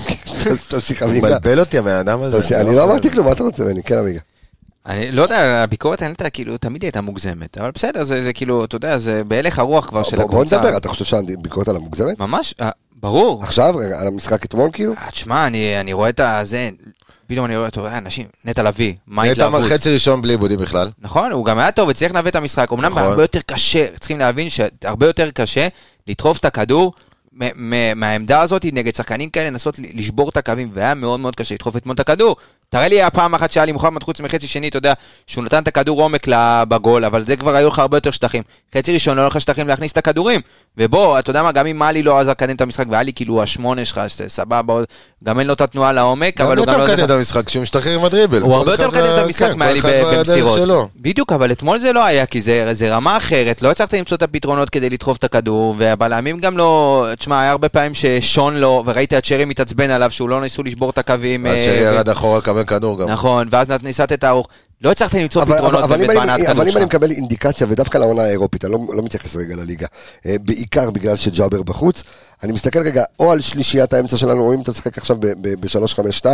תמשיך אמיגה. מבלבל אותי מהאדם הזה. אני לא אמרתי כלום, מה אתה רוצה ממני? כן אמיגה. אני לא יודע, הביקורת הנטע כאילו תמיד הייתה מוגזמת, אבל בסדר, זה כאילו, אתה יודע, זה בהלך הרוח כבר של הקבוצה. בוא נדבר, אתה חושב שהביקורת על המוגזמת? ממש, ברור. עכשיו, על המשחק אתמול כאילו? תשמע, אני רואה את זה, פתאום אני רואה אותו, אנשים, נטע לביא, מה התלהבות? נטע חצי ראשון בלי עיבודים בכלל. נכון, הוא גם היה טוב, הצליח לנווט את המשחק, אמנם הרבה יותר קשה, צריכים להבין שהרבה יותר קשה לדחוף את הכדור, מהעמדה הזאת נגד שחקנים כאלה לנסות לשבור את הקווים, והיה מאוד מאוד קשה לדחוף אתמול את הכדור. תראה לי הפעם אחת שעלי מוחמד חוץ מחצי שני, אתה יודע, שהוא נתן את הכדור עומק בגול, אבל זה כבר היו לך הרבה יותר שטחים. חצי ראשון לא לך שטחים להכניס את הכדורים, ובוא, אתה יודע מה, גם אם עלי לא עזר לקדם את המשחק, ועלי כאילו ה8 שלך, סבבה, גם אין לו את התנועה לעומק, אבל הוא גם לא... נטע מקדם את המשחק, כשהוא משתחרר עם הדריבל. הוא הרבה יותר מקדם את המשחק מעלי במסירות. בדיוק, אבל אתמול זה לא היה, כי זה רמה אחרת, לא הצלחת למצוא את הפתרונות כדי לדחוף את הכדור, והבלמים גם לא, תשמע, היה הרבה פעמים ששון לו, וראית את שרי מתעצבן עליו, שהוא לא ניסו לשבור את הקווים. שרי ירד אחורה לקבל כדור גם. נכון, ואז ניסת את הארוך. לא הצלחת למצוא פתרונות אבל אם אני מקבל אינדיקציה, ודווקא לעונה האירופית, אני לא מתייחס רגע לליגה, בעיקר בגלל שג'אבר בחוץ, אני מסתכל רגע או על שלישיית האמצע שלנו, רואים את המשחק עכשיו ב-3-5-2,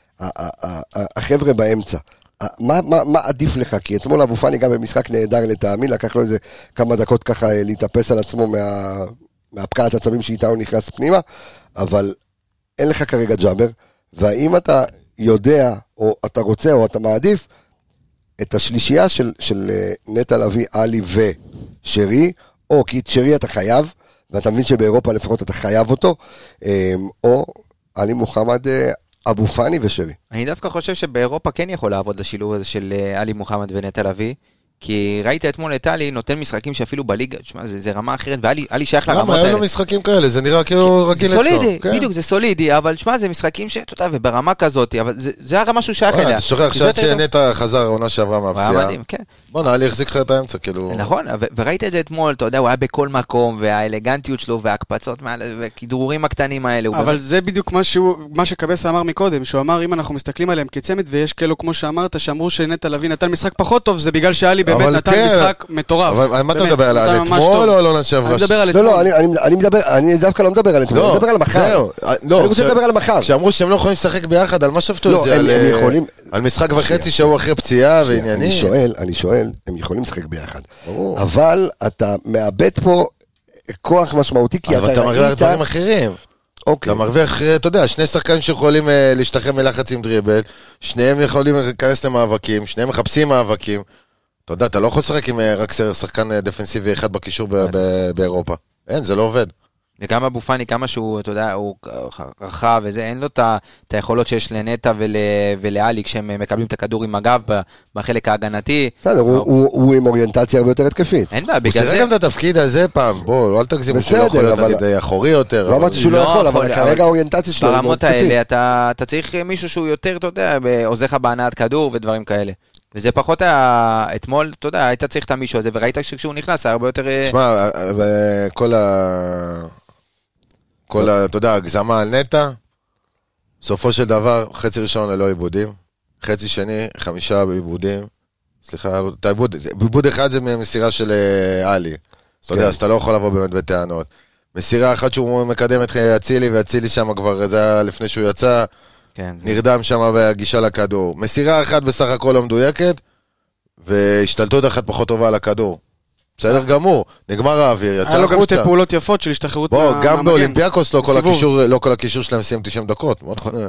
החבר'ה באמצע, מה עדיף לך? כי אתמול אבו פאני גם במשחק נהדר לטעמי, לקח לו איזה כמה דקות ככה להתאפס על עצמו מהפקעת עצבים שאיתה הוא נכנס פנימה, אבל אין לך כרגע ג'אבר, והאם אתה יודע, או אתה רוצה, או אתה מעדיף, את השלישייה של נטע לביא, עלי ושרי, או כי את שרי אתה חייב, ואתה מבין שבאירופה לפחות אתה חייב אותו, או עלי מוחמד, אבו פאני ושרי. אני דווקא חושב שבאירופה כן יכול לעבוד לשילוב הזה של עלי מוחמד ונטע לביא, כי ראית אתמול את עלי נותן משחקים שאפילו בליגה, תשמע, זה רמה אחרת, ועלי שייך לרמות האלה. למה? היו לו משחקים כאלה, זה נראה כאילו רגיל אצלו. זה סולידי, בדיוק, זה סולידי, אבל תשמע, זה משחקים שאתה יודע, וברמה כזאת, אבל זה הרמה שהוא שייך אליה. אתה שוכח שעד שנטע חזר העונה שעברה מהפציעה. מדהים, כן. בוא נעלי החזיק לך את האמצע, כאילו... נכון, וראית את זה אתמול, אתה יודע, הוא היה בכל מקום, והאלגנטיות שלו, וההקפצות, וכדרורים הקטנים האלה. אבל זה בדיוק מה שקבס אמר מקודם, שהוא אמר, אם אנחנו מסתכלים עליהם כצמד, ויש כאלו, כמו שאמרת, שאמרו שנטע לביא נתן משחק פחות טוב, זה בגלל שעלי באמת נתן משחק מטורף. אבל מה אתה מדבר על אתמול או לא נשב ראש? לא, אני דווקא לא מדבר על אתמול, אני מדבר על מחר. אני רוצה לדבר על מחר. כשאמרו שהם לא יכולים לשחק ביחד, על מה שפטו את זה? על משחק וחצי שהוא אחרי פציעה ועניינים? אני שואל, הם יכולים לשחק ביחד. אבל אתה מאבד פה כוח משמעותי, כי אתה ראית... אבל אתה מרוויח דברים אחרים. אתה מרוויח, אתה יודע, שני שחקנים שיכולים להשתחרר מלחץ עם דריבל, שניהם יכולים להיכנס למאבקים, שניהם מחפשים מאבקים. אתה יודע, אתה לא יכול לשחק עם רק שחקן דפנסיבי אחד בקישור באירופה. אין, זה לא עובד. וגם אבו פאני, כמה שהוא, אתה יודע, הוא רחב וזה, אין לו את היכולות שיש לנטע ולעלי כשהם מקבלים את הכדור עם הגב בחלק ההגנתי. בסדר, הוא עם אוריינטציה הרבה יותר התקפית. אין בעיה, בגלל זה... הוא שיחק גם את התפקיד הזה פעם, בוא, אל תגזים שהוא לא יכול להיות נגיד אחורי יותר. לא אמרתי שהוא לא יכול, אבל כרגע האוריינטציה שלו היא מאוד התקפית. ברמות האלה אתה צריך מישהו שהוא יותר, אתה יודע, עוזר לך בהנעת כדור ודברים כאלה. וזה פחות אתמול, אתה יודע, היית צריך את המישהו הזה, וראית שכשהוא נכנס, היה הרבה יותר... תשמע, כל אתה יודע, הגזמה על נטע, סופו של דבר, חצי ראשון ללא עיבודים, חצי שני, 5 עיבודים, סליחה, עיבוד אחד זה מסירה של עלי, אתה יודע, אז אתה לא יכול לבוא באמת בטענות. מסירה אחת שהוא מקדם את אצילי, ואצילי שם כבר, זה היה לפני שהוא יצא, נרדם שם בהגישה לכדור. מסירה אחת בסך הכל לא מדויקת, והשתלטות אחת פחות טובה על הכדור. בסדר גמור, נגמר האוויר, יצא החוצה. היה לו גם שתי פעולות יפות של השתחררות מהמגן. בוא, גם באולימפיאקוס לא כל הקישור שלהם סיים 90 דקות.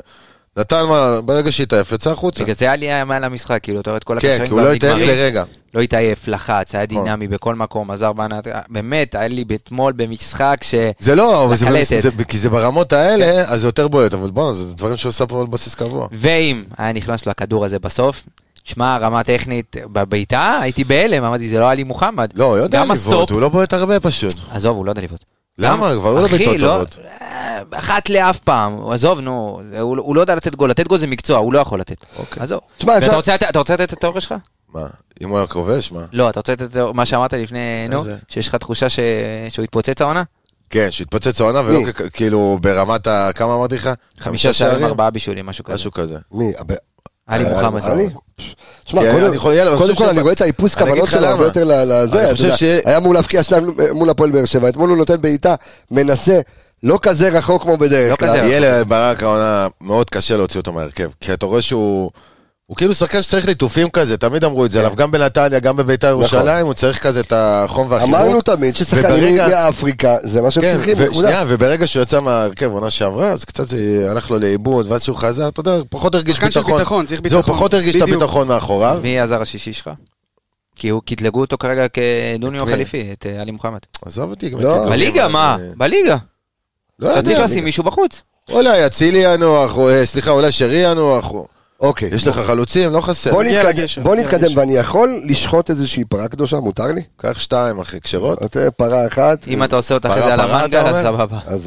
נתן מה, ברגע שהתעייף, יצא החוצה. בגלל זה היה מעל המשחק, כאילו, אתה רואה את כל הקשרים. כן, כי הוא לא התעייף לרגע. לא התעייף, לחץ, היה דינמי בכל מקום, עזר בענת, באמת, היה לי אתמול במשחק זה לא, כי זה ברמות האלה, אז זה יותר בועט, אבל בוא, זה דברים שעושה פה על בסיס קבוע. ואם היה נכנס לו הכדור הזה בסוף, תשמע, רמה טכנית בביתה, הייתי בהלם, אמרתי, זה לא עלי מוחמד. לא, הוא יודע לבעוט, הוא לא בועט הרבה פשוט. עזוב, הוא לא יודע לבעוט. למה? כבר הוא לא ביתות טובות. אחת לאף פעם, עזוב, נו, הוא לא יודע לתת גול, לתת גול זה מקצוע, הוא לא יכול לתת. עזוב. אתה רוצה לתת את התיאוריה שלך? מה? אם הוא היה כובש, מה? לא, אתה רוצה לתת מה שאמרת לפני, נו, שיש לך תחושה שהוא התפוצץ העונה? כן, שהתפוצץ העונה, ולא כאילו ברמת כמה אמרתי לך? 5 שערים, 4 בישולים, משהו כזה. מי? עלי מוחמד. תשמע, קודם כל אני רואה את האיפוס כוונות שלו הרבה יותר לזה, היה מול להפקיע שניים מול הפועל באר שבע, אתמול הוא נותן בעיטה, מנסה, לא כזה רחוק כמו בדרך כלל. יהיה לברק העונה מאוד קשה להוציא אותו מהרכב, כי אתה רואה שהוא כאילו שחקן שצריך ליטופים כזה, תמיד אמרו את זה עליו, גם בנתניה, גם בבית"ר ירושלים, הוא צריך כזה את החום והחיבור. אמרנו תמיד ששחקנים מאפריקה, זה מה שהם צריכים. וברגע שהוא יצא מהרכב עונה שעברה, אז קצת הלך לו לאיבוד, ואז שהוא חזר, אתה יודע, פחות הרגיש ביטחון. זהו, פחות הרגיש את הביטחון מאחוריו. מי הזר השישי שלך? כי הוא קטלגו אותו כרגע כדוניו חליפי, את עלי מוחמד. עזוב אותי. בליגה, מה? בליגה. אתה צריך לשים מישהו בחוץ. אולי אצילי ינוח, סליחה, אולי שרי ינוח. אוקיי. יש לך חלוצים, לא חסר. בוא נתקדם, ואני יכול לשחוט איזושהי פרה קדושה, מותר לי? קח 2 אחי, קשרות. פרה אחת. אם אתה עושה אותה אחרי זה על המנגל, אז סבבה. אז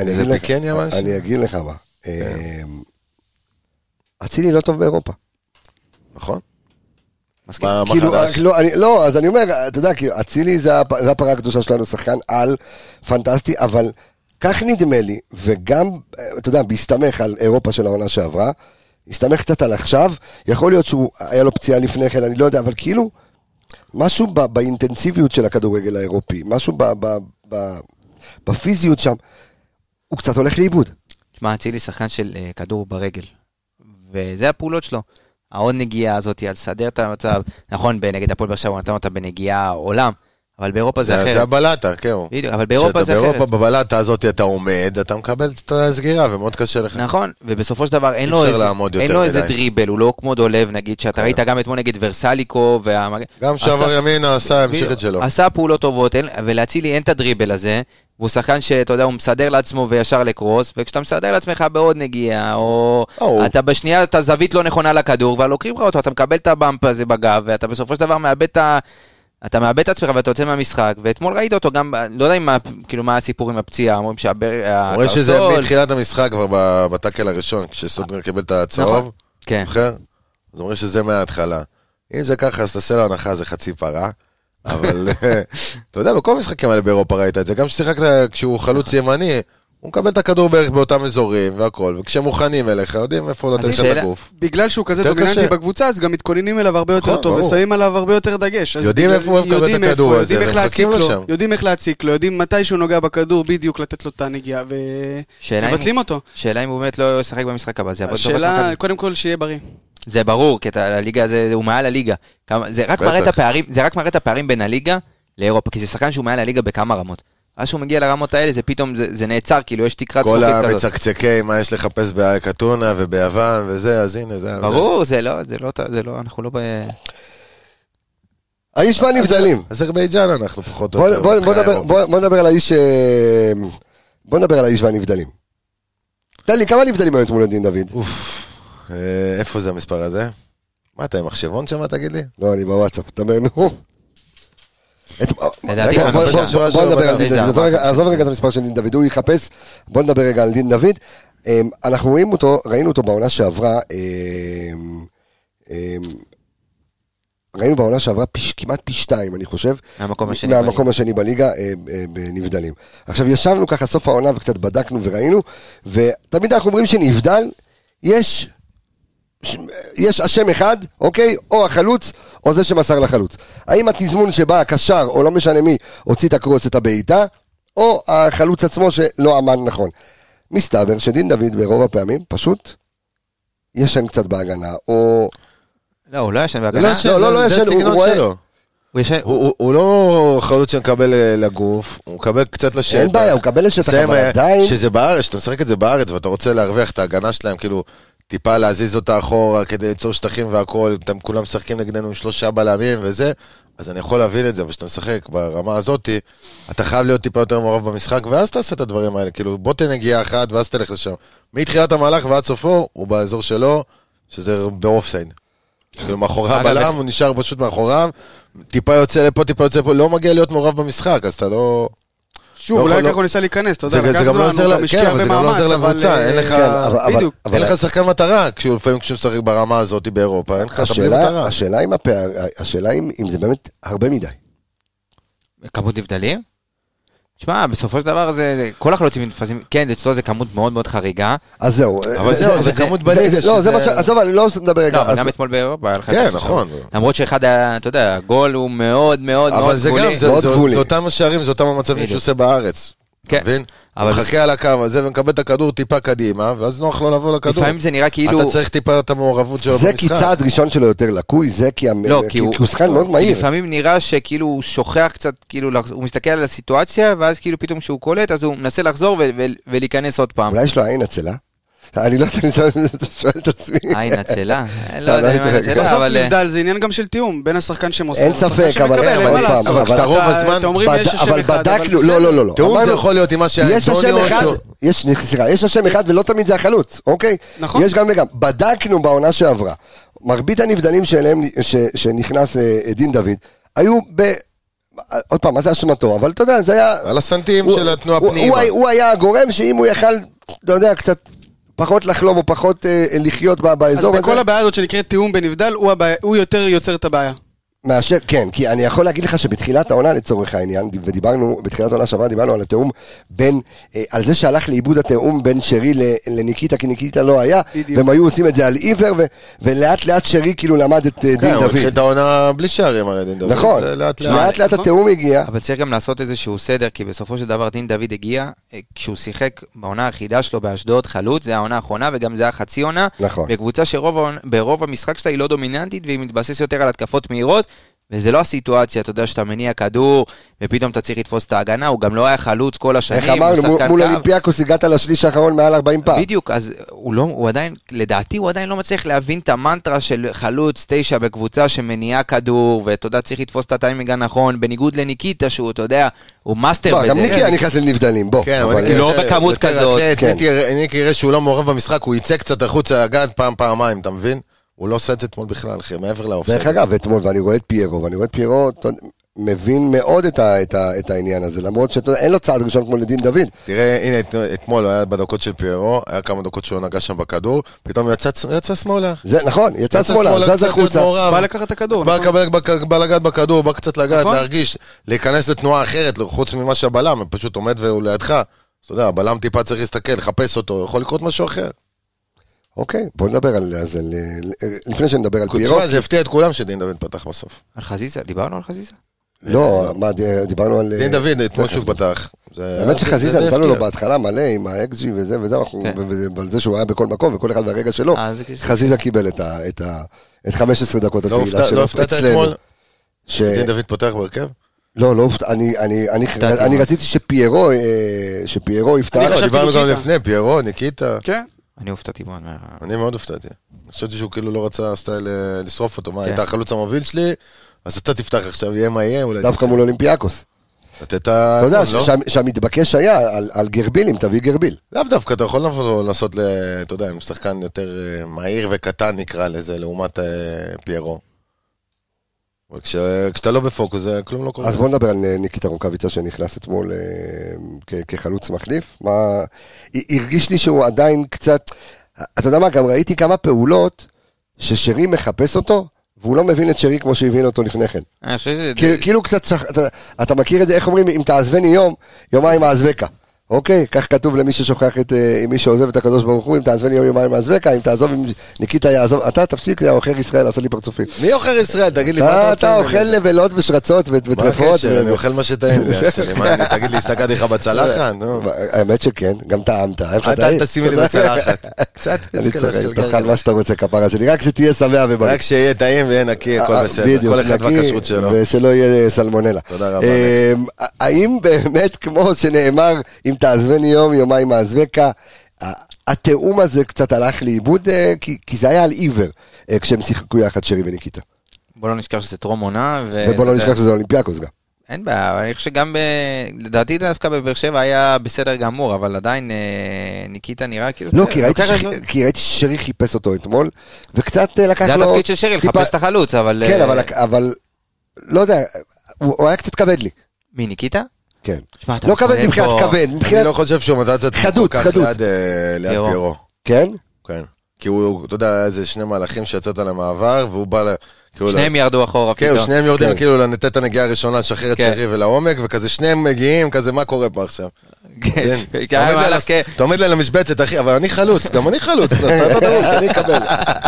אני אגיד לך מה. אצילי לא טוב באירופה. נכון. מסכים. לא, אז אני אומר, אתה יודע, אצילי זה הפרה הקדושה שלנו, שחקן על פנטסטי, אבל כך נדמה לי, וגם, אתה יודע, בהסתמך על אירופה של העונה שעברה, הסתמך קצת על עכשיו, יכול להיות שהוא היה לו פציעה לפני כן, אני לא יודע, אבל כאילו, משהו באינטנסיביות של הכדורגל האירופי, משהו בפיזיות שם, הוא קצת הולך לאיבוד. תשמע, אצילי שחקן של כדור ברגל, וזה הפעולות שלו. העוד נגיעה הזאת, אז סדר את המצב, נכון, נגד הפועל באר שבע הוא נתן אותה בנגיעה עולם, אבל באירופה זה אחרת. זה הבלטה, כן. אבל באירופה זה אחרת. באירופה בבלטה הזאת אתה עומד, אתה מקבל את הסגירה, ומאוד קשה לך. נכון, ובסופו של דבר אין לו איזה דריבל, הוא לא כמו דולב, נגיד, שאתה ראית גם אתמול נגד ורסליקו, גם שעבר ימינה עשה, המשיך את שלו. עשה פעולות טובות, ולהצילי אין את הדריבל הזה, והוא שחקן שאתה יודע, הוא מסדר לעצמו וישר לקרוס, וכשאתה מסדר לעצמך בעוד נגיעה, או אתה בשנייה, אתה זווית לא נכונה לכדור, אבל לוקחים לך אותו, אתה מקבל את הבאמפ הזה בגב, ואתה בסופו של דבר אתה מאבד את עצמך ואתה יוצא מהמשחק, ואתמול ראית אותו גם, לא יודע מה הסיפור עם הפציעה, אומרים אומרים שזה מתחילת המשחק כבר בטאקל הראשון, כשסונגרן קיבל את הצהוב, אז אומרים שזה מההתחלה. אם זה ככה, אז תעשה לו הנחה, זה חצי פרה, אבל אתה יודע, בכל משחקים האלה באירופה ראית את זה, גם ששיחקת כשהוא חלוץ ימני, הוא מקבל את הכדור בערך באותם אזורים והכל, וכשמוכנים אליך, יודעים איפה לא תלך את הגוף. בגלל שהוא כזה דומיננטי בקבוצה, אז גם מתכוננים אליו הרבה יותר טוב, ושמים עליו הרבה יותר דגש. יודעים איפה הוא מקבל את הכדור הזה, ומחכים לו שם. יודעים איך להציק לו, יודעים מתי שהוא נוגע בכדור, בדיוק לתת לו את הנגיעה, ומבטלים אותו. שאלה אם הוא באמת לא ישחק במשחק הבא, זה יעבוד טוב. השאלה, קודם כל, שיהיה בריא. זה ברור, כי הליגה הזה, הוא מעל הליגה. זה רק מראה את הפערים בין הליגה לאירופה, כי זה שחקן שהוא מעל הליגה בכמה רמות. אז שהוא מגיע לרמות האלה, זה פתאום, זה נעצר, כאילו יש תקרת זכוכית כזאת. כל המצקצקי, מה יש לחפש באקטונה וביוון וזה, אז הנה, זה... ברור, זה לא, אנחנו לא האיש והנבדלים. אזרבייג'אן אנחנו פחות... בוא נדבר על האיש... בוא נדבר על האיש והנבדלים. תן לי, כמה נבדלים היו מול דין דוד? איפה זה המספר הזה? מה, אתה עם מחשבון שם, תגיד לי? לא, אני בוואטסאפ, תאמרנו. בוא נדבר על דין דוד, עזוב רגע את המספר של דין דוד, הוא יחפש, בוא נדבר רגע על דין דוד, אנחנו ראינו אותו בעונה שעברה, ראינו בעונה שעברה כמעט פי 2, אני חושב, מהמקום השני בליגה בנבדלים. עכשיו ישבנו ככה סוף העונה וקצת בדקנו וראינו, ותמיד אנחנו אומרים שנבדל, יש השם אחד, אוקיי? או החלוץ, או זה שמסר לחלוץ. האם התזמון שבא הקשר, או לא משנה מי, הוציא את הקרוס את הבעיטה, או החלוץ עצמו שלא עמד נכון. מסתבר שדין דוד ברוב הפעמים פשוט ישן קצת בהגנה, או... לא, הוא לא ישן בהגנה. לא ישן, זה הסגנון שלו. הוא לא חלוץ שמקבל לגוף, הוא מקבל קצת לשטח. אין בעיה, הוא מקבל לשטח, אבל עדיין... שזה בארץ, שאתה משחק את זה בארץ, ואתה רוצה להרוויח את ההגנה שלהם, כאילו... טיפה להזיז אותה אחורה כדי ליצור שטחים והכל, אתם כולם משחקים נגדנו עם 3 בלמים וזה, אז אני יכול להבין את זה, אבל כשאתה משחק ברמה הזאת, אתה חייב להיות טיפה יותר מעורב במשחק, ואז תעשה את הדברים האלה, כאילו בוא תנגיע אחת ואז תלך לשם. מתחילת המהלך ועד סופו, הוא באזור שלו, שזה באופסייד. כאילו מאחורי הבלם, הוא נשאר פשוט מאחוריו, טיפה יוצא לפה, טיפה יוצא לפה, לא מגיע להיות מעורב במשחק, אז אתה לא... שוב, אולי ככה הוא ניסה להיכנס, אתה יודע, זה גם לא עוזר לקבוצה, אין לך שחקן מטרה, לפעמים כשהוא משחק ברמה הזאת באירופה, אין לך בלי מטרה. השאלה אם זה באמת הרבה מדי. כמות נבדלים? תשמע, בסופו של דבר זה, כל החלוצים נתפסים, כן, אצלו זה כמות מאוד מאוד חריגה. אז זהו. אבל זהו, זה כמות בליגה. לא, זה מה ש... עזוב, אני לא מדבר רגע. לא, גם אתמול באירופה. כן, נכון. למרות שאחד, אתה יודע, הגול הוא מאוד מאוד מאוד גבולי. אבל זה גם, זה אותם השערים, זה אותם המצבים שהוא עושה בארץ. כן. הוא מחכה על הקו הזה ומקבל את הכדור טיפה קדימה, ואז נוח לו לבוא לכדור. לפעמים זה נראה כאילו... אתה צריך טיפה את המעורבות שלו במשחק. זה כי צעד ראשון שלו יותר לקוי, זה כי הוא שחקן מאוד מהיר. לפעמים נראה שכאילו הוא שוכח קצת, כאילו הוא מסתכל על הסיטואציה, ואז כאילו פתאום שהוא קולט, אז הוא מנסה לחזור ולהיכנס עוד פעם. אולי יש לו עין עצלה? אני לא יודע, אני שואל את עצמי. עין עצלה? לא יודע אם עין עצלה, בסוף נבדל, זה עניין גם של תיאום, בין השחקן שמוסר. אין ספק, אבל כשאתה רוב הזמן... אבל בדקנו, לא. תיאום זה יכול להיות עם מה יש השם אחד ולא תמיד זה החלוץ, אוקיי? נכון. יש גם וגם. בדקנו בעונה שעברה, מרבית הנבדלים שלהם, שנכנס דין דוד, היו עוד פעם, מה זה אשמתו? אבל אתה יודע, זה היה... על הסנטים של התנועה פנימה. הוא היה הגורם שאם הוא יכל, אתה יודע, קצת... פחות לחלום או פחות לחיות באזור הזה. אז בכל הבעיה הזאת שנקראת תיאום בנבדל, הוא יותר יוצר את הבעיה. מאשר, כן, כי אני יכול להגיד לך שבתחילת העונה לצורך העניין, ודיברנו, בתחילת העונה שעברה דיברנו על התיאום בין, על זה שהלך לאיבוד התיאום בין שרי לניקיטה, כי ניקיטה לא היה, והם היו עושים את זה על עיוור, ולאט לאט שרי כאילו למד את דין דוד. הוא התחיל את העונה בלי שערים הרי דין דוד. נכון, לאט לאט התיאום הגיע. אבל צריך גם לעשות איזשהו סדר, כי בסופו של דבר דין דוד הגיע, כשהוא שיחק בעונה היחידה שלו באשדוד חלוץ, זה העונה האחרונה, וגם זה היה חצי עונה, בקבוצה שברוב המשחק שלה היא לא דומיננטית, והיא מתבסס יותר על התקפות מהירות, וזה לא הסיטואציה, אתה יודע שאתה מניע כדור, ופתאום אתה צריך לתפוס את ההגנה, הוא גם לא היה חלוץ כל השנים. איך אמרנו, מול אולימפיאקוס הגעת לשליש האחרון מעל 40 פעם. בדיוק, אז הוא עדיין, לדעתי הוא עדיין לא מצליח להבין את המנטרה של חלוץ 9 בקבוצה שמניע כדור, ואתה יודע, צריך לתפוס את הטיימינג הנכון, בניגוד לניקיטה שהוא, אתה יודע, הוא מאסטר בזה. גם ניקי היה נכנס לנבדלים, בוא. לא בכמות כזאת. ניקי יראה שהוא לא מעורב במשחק, הוא יצא קצת החוץ להגעת פעמיים, אתה מבין? הוא לא עושה את זה אתמול בכלל, אחי, מעבר לאופסייד. דרך אגב, אתמול, ואני רואה את פיירו, מבין מאוד את העניין הזה, למרות שאין לו צעד ראשון כמו לדין דוד. תראה, הנה, אתמול היה בדקות של פיירו, היה כמה דקות שהוא נגע שם בכדור, פתאום יצא שמאלה. זה נכון, יצא שמאלה, זז החוצה. בא לקחת את הכדור. בא לגעת בכדור, בא קצת לגעת, להרגיש, להיכנס לתנועה אחרת, חוץ ממה שהבלם, פשוט עומד והוא לידך. אתה יודע, הבלם טיפה צריך להסתכל, לחפש אותו, יכול לקרות משהו אחר. אוקיי, בוא נדבר על זה, לפני שנדבר על פיירו. זה הפתיע את כולם שדין דוד פתח בסוף. על חזיזה? דיברנו על חזיזה? לא, מה, דיברנו על... דין דוד, אתמול שוב פתח. האמת שחזיזה נתנו לו בהתחלה מלא עם האקסג'י וזה, ועל זה שהוא היה בכל מקום, וכל אחד והרגע שלו, חזיזה קיבל את 15 דקות התהילה שלו. לא הפתעת אתמול? דין דוד פותח בהרכב? לא, אני רציתי שפיירו יפתח. דיברנו גם לפני, פיירו, ניקיטה. כן. אני הופתעתי מאוד. אני מאוד הופתעתי. אני חושבתי שהוא כאילו לא רצה לשרוף אותו. מה, הייתה החלוץ המוביל שלי, אז אתה תפתח עכשיו, יהיה מה יהיה. דווקא מול אולימפיאקוס. אתה יודע שהמתבקש היה על גרבילים, תביא גרביל. לאו דווקא, אתה יכול לעשות, אתה יודע, עם שחקן יותר מהיר וקטן נקרא לזה, לעומת פיירו. כשאתה לא בפוקוס, זה כלום לא קורה. אז בוא נדבר על ניקיטה רוקאביצה שנכנס אתמול כחלוץ מחליף. הרגיש לי שהוא עדיין קצת, אתה יודע מה, גם ראיתי כמה פעולות ששרי מחפש אותו, והוא לא מבין את שרי כמו שהבין אותו לפני כן. כאילו קצת, אתה מכיר את זה, איך אומרים, אם תעזבני יומיים העזבקה. אוקיי, כך כתוב למי ששוכח את מי שעוזב את הקדוש ברוך הוא, אם תעזבן יומיים מעזבקה, אם תעזוב, אם ניקיטה יעזוב, אתה תפסיק לעוכר ישראל, עשה לי פרצופים. מי עוכר ישראל? תגיד לי מה אתה רוצה? אתה אוכל לבלות ושרצות וטרפות. מה הקשר? אני אוכל מה שטעים לי. תגיד לי, הסתכלתי לך בצלחת? האמת שכן, גם טעמת. אתה תשימי לי בצלחת. קצת פצקלה של גרם. תאכל מה שאתה רוצה כפרה שלי, רק שתהיה שבע ובריא. רק שיהיה טעים ויהיה נקי, הכל בסדר. כל אחד והכשרות שלו. ושלא יהיה סלמונלה. תודה רבה. האם באמת, כמו שנאמר, אם תעזבני יומיים מעזבקה, התאום הזה קצת הלך לאיבוד, כי זה היה על עיוור, כשהם שיחקו יחד שרי וניקיטה. בוא לא נשכח שזה טרום עונה. ובוא לא נשכח שזה אולימפיאקוס גם. אין בעיה, אני חושב שגם, לדעתי דווקא בבאר שבע היה בסדר גמור, אבל עדיין ניקיטה נראה כאילו... לא, כי ראיתי ששרי חיפש אותו אתמול, וקצת לקח לו... זה התפקיד של שרי, לחפש את החלוץ, אבל... כן, אבל לא יודע, הוא היה קצת כבד לי. מי, ניקיטה? כן. לא כבד מבחינת כבד. אני לא חושב שהוא מצא את זה כל כך ליד פיירו. כן? כן. כי הוא, אתה יודע, איזה שני מהלכים שיצאת למעבר, והוא בא... שניהם ירדו אחורה. כן, שניהם יורדים כאילו לנתת את הנגיעה הראשונה, לשחרר את שרי ולעומק, וכזה שניהם מגיעים, כזה מה קורה פה עכשיו. כן. אתה עומד לי למשבצת, אחי, אבל אני חלוץ, גם אני חלוץ, אתה תרוץ, אני אקבל.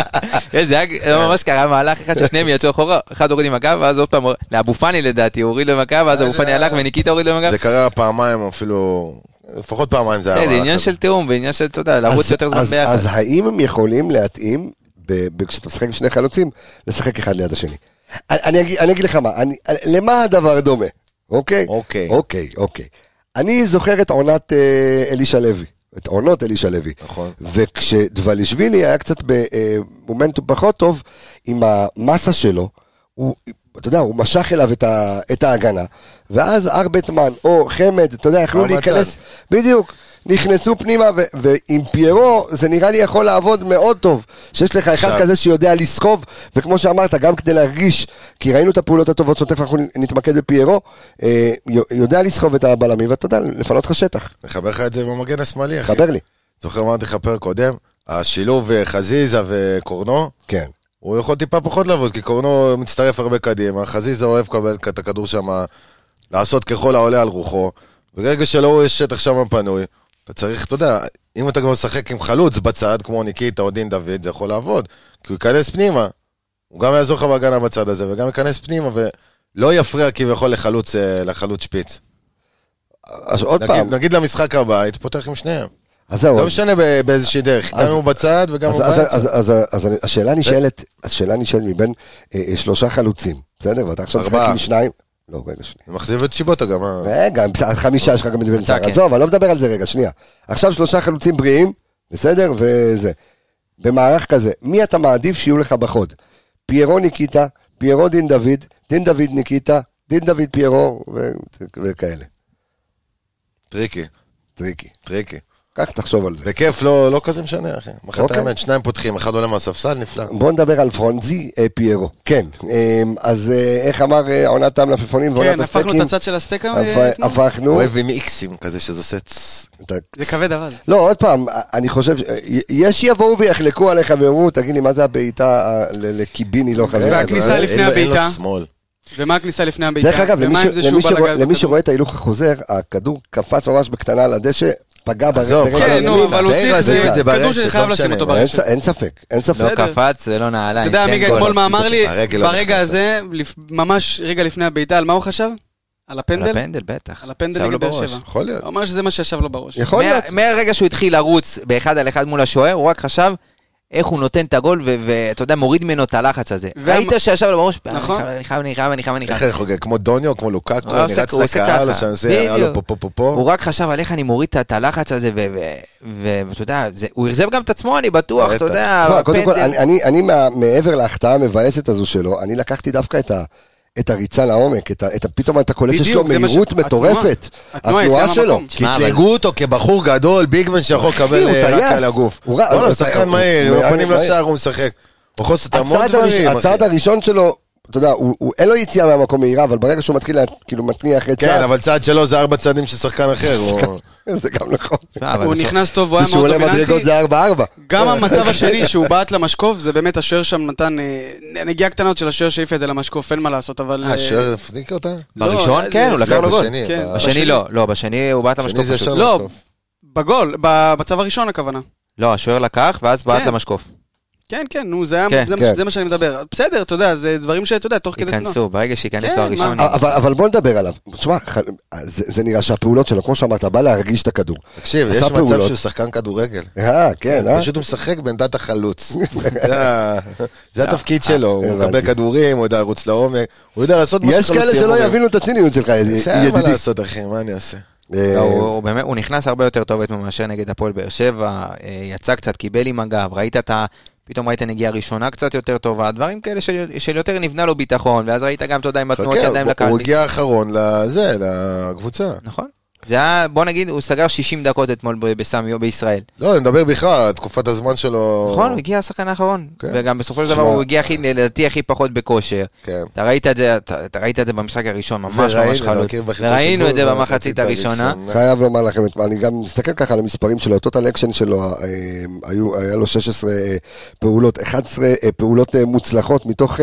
זה ממש קרה מהלך אחד ששניהם יצאו אחורה, אחד הוריד עם הקו, ואז עוד פעם, לאבו פאני לדעתי, הוא הוריד עם הקו, ואז אבו פאני הלך וניקיטה הוריד עם הקו. זה קרה פעמיים אפילו, לפחות פעמיים זה היה. זה עניין של תיאום, ועניין של, אתה יודע, לרוץ יותר זמן ביחד. אז האם הם יכולים להתאים, כשאתה משחק עם שני חלוצים, לשחק אחד ליד השני? אני אגיד לך מה, למה הדבר דומה? אוקיי? אוקיי. אני זוכר את עונת אלישע לוי, את עונות אלישע לוי. נכון. וכשדבלישווילי היה קצת במומנטום פחות טוב, עם המסה שלו, אתה יודע, הוא משך אליו את ההגנה, ואז ארבטמן או חמד, אתה יודע, יכלו להיכנס, בדיוק, נכנסו פנימה, ועם פיירו זה נראה לי יכול לעבוד מאוד טוב, שיש לך אחד כזה שיודע לסחוב, וכמו שאמרת, גם כדי להרגיש, כי ראינו את הפעולות הטובות, שותף אנחנו נתמקד בפיירו, יודע לסחוב את הבלמים, ואתה יודע, לפנות לך שטח. מחבר לך את זה במגן השמאלי, אחי. חבר לי. זוכר מה תחפר קודם, השילוב חזיזה וקורנו, כן. הוא יכול טיפה פחות לעבוד, כי קורנו מצטרף הרבה קדימה, חזיזה אוהב לקבל את הכדור שם, לעשות ככל העולה על רוחו, ברגע שלא יש שטח שם פנוי, אתה צריך, אתה יודע, אם אתה גם משחק עם חלוץ בצד, כמו ניקיטה או דין דוד, זה יכול לעבוד, כי הוא ייכנס פנימה, הוא גם יעזור לך בהגנה בצד הזה, וגם ייכנס פנימה, ולא יפריע כביכול לחלוץ שפיץ. אז עוד פעם. נגיד למשחק הבא, תפותח עם שניהם. אז זהו. לא משנה באיזושהי דרך, גם הוא בצד וגם הוא באמצע. אז השאלה נשאלת מבין 3 חלוצים, בסדר? ואתה עכשיו משחק עם 2. לא, רגע, שנייה. זה מחזיב את שיבוטה גם. רגע, 5 יש לך גם בן סער. עזוב, אני לא מדבר על זה רגע, שנייה. עכשיו 3 חלוצים בריאים, בסדר? וזה. במערך כזה, מי אתה מעדיף שיהיו לך בחוד? פיירו ניקיטה, פיירו דין דוד, דין דוד ניקיטה, דין דוד פיירו וכאלה. טריקי. כך תחשוב על זה. בכיף, לא כזה משנה, אחי. מחת האמת, 2 פותחים, 1 עולה מהספסל, נפלא. בוא נדבר על פרונזי פיירו. כן, אז איך אמר עונת המלפפונים ועונת הסטייקים? כן, הפכנו את הצד של הסטייק. הפכנו. אוהב עם איקסים כזה שזה עושה זה כבד אבל. לא, עוד פעם, אני חושב, יש יבואו ויחלקו עליך ואומרו, תגיד לי, מה זה הבעיטה לקיביני לא חזרה? והכניסה לפני הבעיטה. ומה הכניסה לפני הבעיטה? דרך אגב, למי שרואה את ההילוך החוזר, הכדור קפץ ממש בקטנה על הדשא, פגע ברגע. כן, נו, אבל הוא צריך, זה כדור שחייב לשים אותו ברשת. אין ספק. לא קפץ, זה לא נעליים. אתה יודע, מיגה אתמול מה אמר לי, ברגע הזה, ממש רגע לפני הבעיטה, על מה הוא חשב? על הפנדל? על הפנדל, בטח. על הפנדל נגד באר שבע. יכול להיות. הוא אמר שזה מה שישב לו בראש. יכול להיות. מהרגע שהוא התחיל לרוץ באחד על אחד מול השוער, הוא רק חשב איך הוא נותן את הגול, ואתה יודע, מוריד ממנו את הלחץ הזה. ראית שישב לו בראש, אני חייב. איך אני חוגג? כמו דוניו, כמו לוקאקו, אני רץ לקהל, הוא רק חשב על איך אני מוריד את הלחץ הזה, ואתה יודע, הוא הרזב גם את עצמו, אני בטוח, אתה יודע. קודם כל, אני מעבר להחטאה המבאסת הזו שלו, אני לקחתי דווקא את הריצה לעומק, פתאום אתה קולט שיש לו מהירות מטורפת, התנועה שלו. קטלגו אותו כבחור גדול, ביגמן שיכול לקבל רק על הגוף. הוא שחקן מהיר, הוא פנים לשער, הוא משחק. הצעד הראשון שלו, אתה יודע, אין לו יציאה מהמקום מהירה, אבל ברגע שהוא מתחיל מתניע אחרי צעד. כן, אבל צעד שלו זה 4 צעדים של שחקן אחר. זה גם נכון. הוא נכנס טוב, הוא היה מאוד דומיננטי. מדרגות זה 4-4. גם המצב השני שהוא בעט למשקוף, זה באמת השוער שם נתן נגיעה קטנות של השוער שהעיף את זה למשקוף, אין מה לעשות, אבל... השוער הפניק אותה? בראשון כן, הוא לקח לו גול. בשני לא, בשני הוא בעט למשקוף. לא, בגול, במצב הראשון הכוונה. לא, השוער לקח ואז בעט למשקוף. כן, נו, זה מה שאני מדבר. בסדר, אתה יודע, זה דברים שאתה יודע, תוך כדי תנועה. ייכנסו, ברגע שייכנס לו הראשון. אבל בוא נדבר עליו. תשמע, זה נראה שהפעולות שלו, כמו שאמרת, בא להרגיש את הכדור. תקשיב, יש מצב שהוא שחקן כדורגל. כן, פשוט הוא משחק בעמדת החלוץ. זה התפקיד שלו, הוא מקבל כדורים, הוא יודע לרוץ לעומק, הוא יודע לעשות מה שחלוצים. יש כאלה שלא יבינו את הציניות שלך, ידידי. מה לעשות, אחי, מה אני אעשה? הוא נכנס הרבה יותר טוב מאשר נגד הפועל באר שבע, יצא קצת, קיבל עם הגב, פתאום ראית נגיעה ראשונה קצת יותר טובה, דברים כאלה של יותר נבנה לו ביטחון, ואז ראית גם, אתה יודע, עם התנועות ידיים לקהל. הוא הגיע האחרון לקבוצה. נכון. זה היה, בוא נגיד, הוא סגר 60 דקות אתמול בסמיו בישראל. לא, אני מדבר בכלל, תקופת הזמן שלו... נכון, הוא הגיע השחקן האחרון. וגם בסופו של דבר הוא הגיע לדעתי הכי פחות בכושר. אתה ראית את זה במשחק הראשון, ממש חלוץ. וראינו את זה במחצית הראשונה. חייב לומר לכם, אני גם מסתכל ככה על המספרים שלו, טוטל אקשן שלו, היה לו 16 פעולות, 11 פעולות מוצלחות, מתוך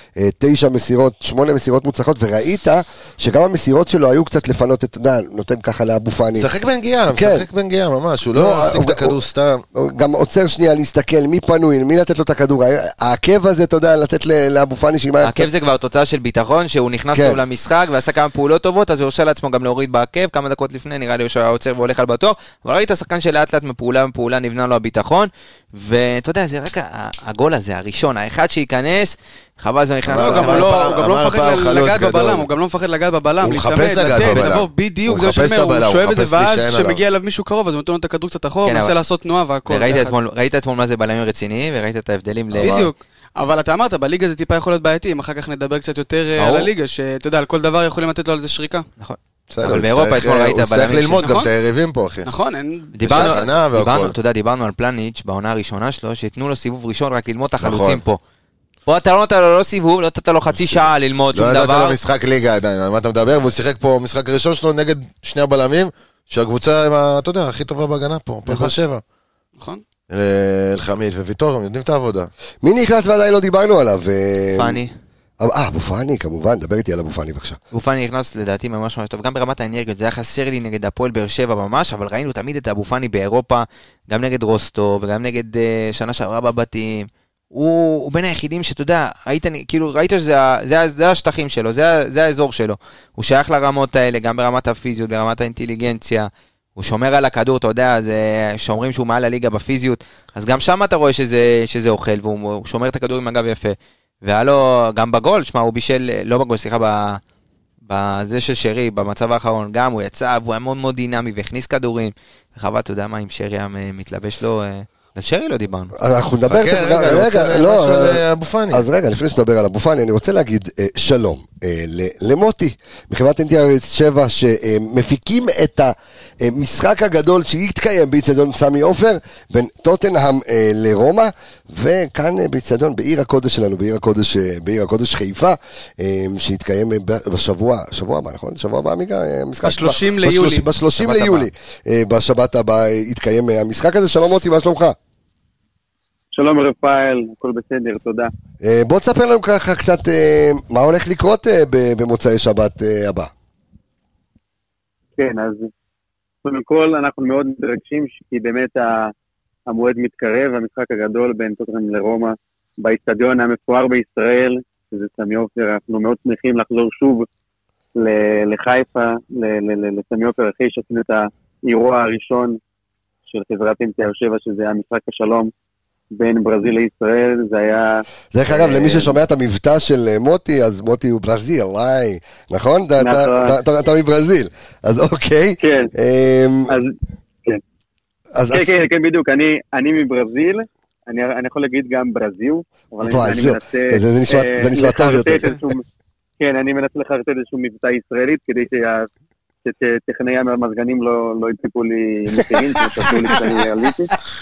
9 מסירות, 8 מסירות מוצלחות, וראית שגם המסירות שלו היו קצת לפנות את דן, נותן ככה לאבו פאני. משחק בנגיעה, ממש, הוא לא מחזיק את הכדור סתם. גם עוצר שנייה להסתכל, מי פנוי, מי לתת לו את הכדור. העקב הזה, אתה יודע, לתת לאבו פאני. העקב זה כבר תוצאה של ביטחון, שהוא נכנס טוב למשחק, ועשה כמה פעולות טובות, אז הוא הרשה לעצמו גם להוריד בעקב, כמה דקות לפני, נראה לי שהוא היה עוצר והולך על בטוח, אבל ראית השחקן שלאט לאט מפעולה נבנה לו הביטחון, ואתה יודע, זה רק הגול הזה, הראשון, האחד שייכנס, חבל זה נכנס. הוא גם לא מפחד לגעת בבלם, הוא גם לא מפחד לגעת בבלם, להתאמד, בדיוק, זה שאומר, הוא שואב את זה, ואז שמגיע אליו מישהו קרוב, אז הוא נותן לו את הכדור קצת אחורה, מנסה לעשות תנועה והכל. ראית אתמול מה זה בלמים רציני, וראית את ההבדלים. בדיוק. אבל אתה אמרת, בליגה זה טיפה יכול להיות בעייתי, אם אחר כך נדבר קצת יותר על הליגה, שאתה יודע, על כל דבר יכולים לתת לו על זה שריקה. נכון. אבל באירופה אתמול ראית בלמים. הוא צריך ללמוד גם את היריבים פה, אחי. נכון, דיברנו על פלניץ' בעונה הראשונה שלו, שיתנו לו סיבוב ראשון רק ללמוד את החלוצים פה. פה אתה לא נתת לו לא סיבוב, לא נתת לו חצי שעה ללמוד שום דבר. לא נתת לו משחק ליגה עדיין, על מה אתה מדבר, והוא שיחק פה משחק הראשון שלו נגד שני הבלמים, שהקבוצה, אתה יודע, הכי טובה בהגנה פה, פה 7. נכון. אלחמיד וויטור, הם יודעים את העבודה. מי נכנס ועדיין לא דיברנו עליו? פאני. אבו פאני, כמובן, דבר איתי על אבו פאני בבקשה. אבו פאני נכנס לדעתי ממש ממש טוב, גם ברמת האנרגיות, זה היה חסר לי נגד הפועל באר שבע ממש, אבל ראינו תמיד את אבו פאני באירופה, גם נגד רוסטו, וגם נגד שנה שעברה בבתים, הוא בין היחידים שאתה יודע, ראית שזה השטחים שלו, זה האזור שלו, הוא שייך לרמות האלה, גם ברמת הפיזיות, ברמת האינטליגנציה, הוא שומר על הכדור, אתה יודע, שאומרים שהוא מעל הליגה בפיזיות, אז גם שם אתה רואה שזה אוכל, והוא שומר את הכדור עם הגב יפה, והיה לו גם בגול, שמה, הוא בישל, לא בגול, סליחה, בזה של שרי, במצב האחרון, גם הוא יצא, והוא היה מאוד מאוד דינמי, והכניס כדורים, וחבל, אתה יודע מה, אם שרי היה מתלבש לו, לשרי לא דיברנו. אנחנו נדבר, אז רגע, לפני שתדבר על אבו פאני, אני רוצה להגיד שלום למוטי, מחברת NTR 7, שמפיקים את המשחק הגדול שהתקיים באיצטדיון סמי עופר, בין טוטנהאם לרומא, וכאן באיצטדיון בעיר הקודש שלנו, בעיר הקודש חיפה, שהתקיים בשבוע הבא, נכון? שבוע הבא, ב-30 ליולי. ב-30 ליולי, בשבת הבאה יתקיים המשחק הזה. שלום מוטי, מה שלומך? שלום רפאל, הכל בסדר, תודה. בוא תספר לנו ככה קצת מה הולך לקרות במוצאי שבת הבא. כן, אז קודם כל אנחנו מאוד מתרגשים, כי באמת המועד מתקרב, המשחק הגדול בין טוטנהאם לרומא, באצטדיון המפואר בישראל, שזה סמי עופר, אנחנו מאוד שמחים לחזור שוב לחיפה, לסמי עופר, אחרי שעשינו את האירוע הראשון של חברת NTR 7, שזה היה משחק השלום, בין ברזיל לישראל, זה היה... דרך אגב, למי ששומע את המבטא של מוטי, אז מוטי הוא ברזיל, וואי, נכון? אתה מברזיל, אז אוקיי. כן, כן, בדיוק, אני מברזיל, אני יכול להגיד גם ברזיל, אבל אני מנסה... זה נשמע טוב יותר. כן, אני מנסה לחרטט איזשהו מבטא ישראלית, כדי שטכנאי המזגנים לא יציפו לי מחירים, שתעשו לי כשאני עליתי.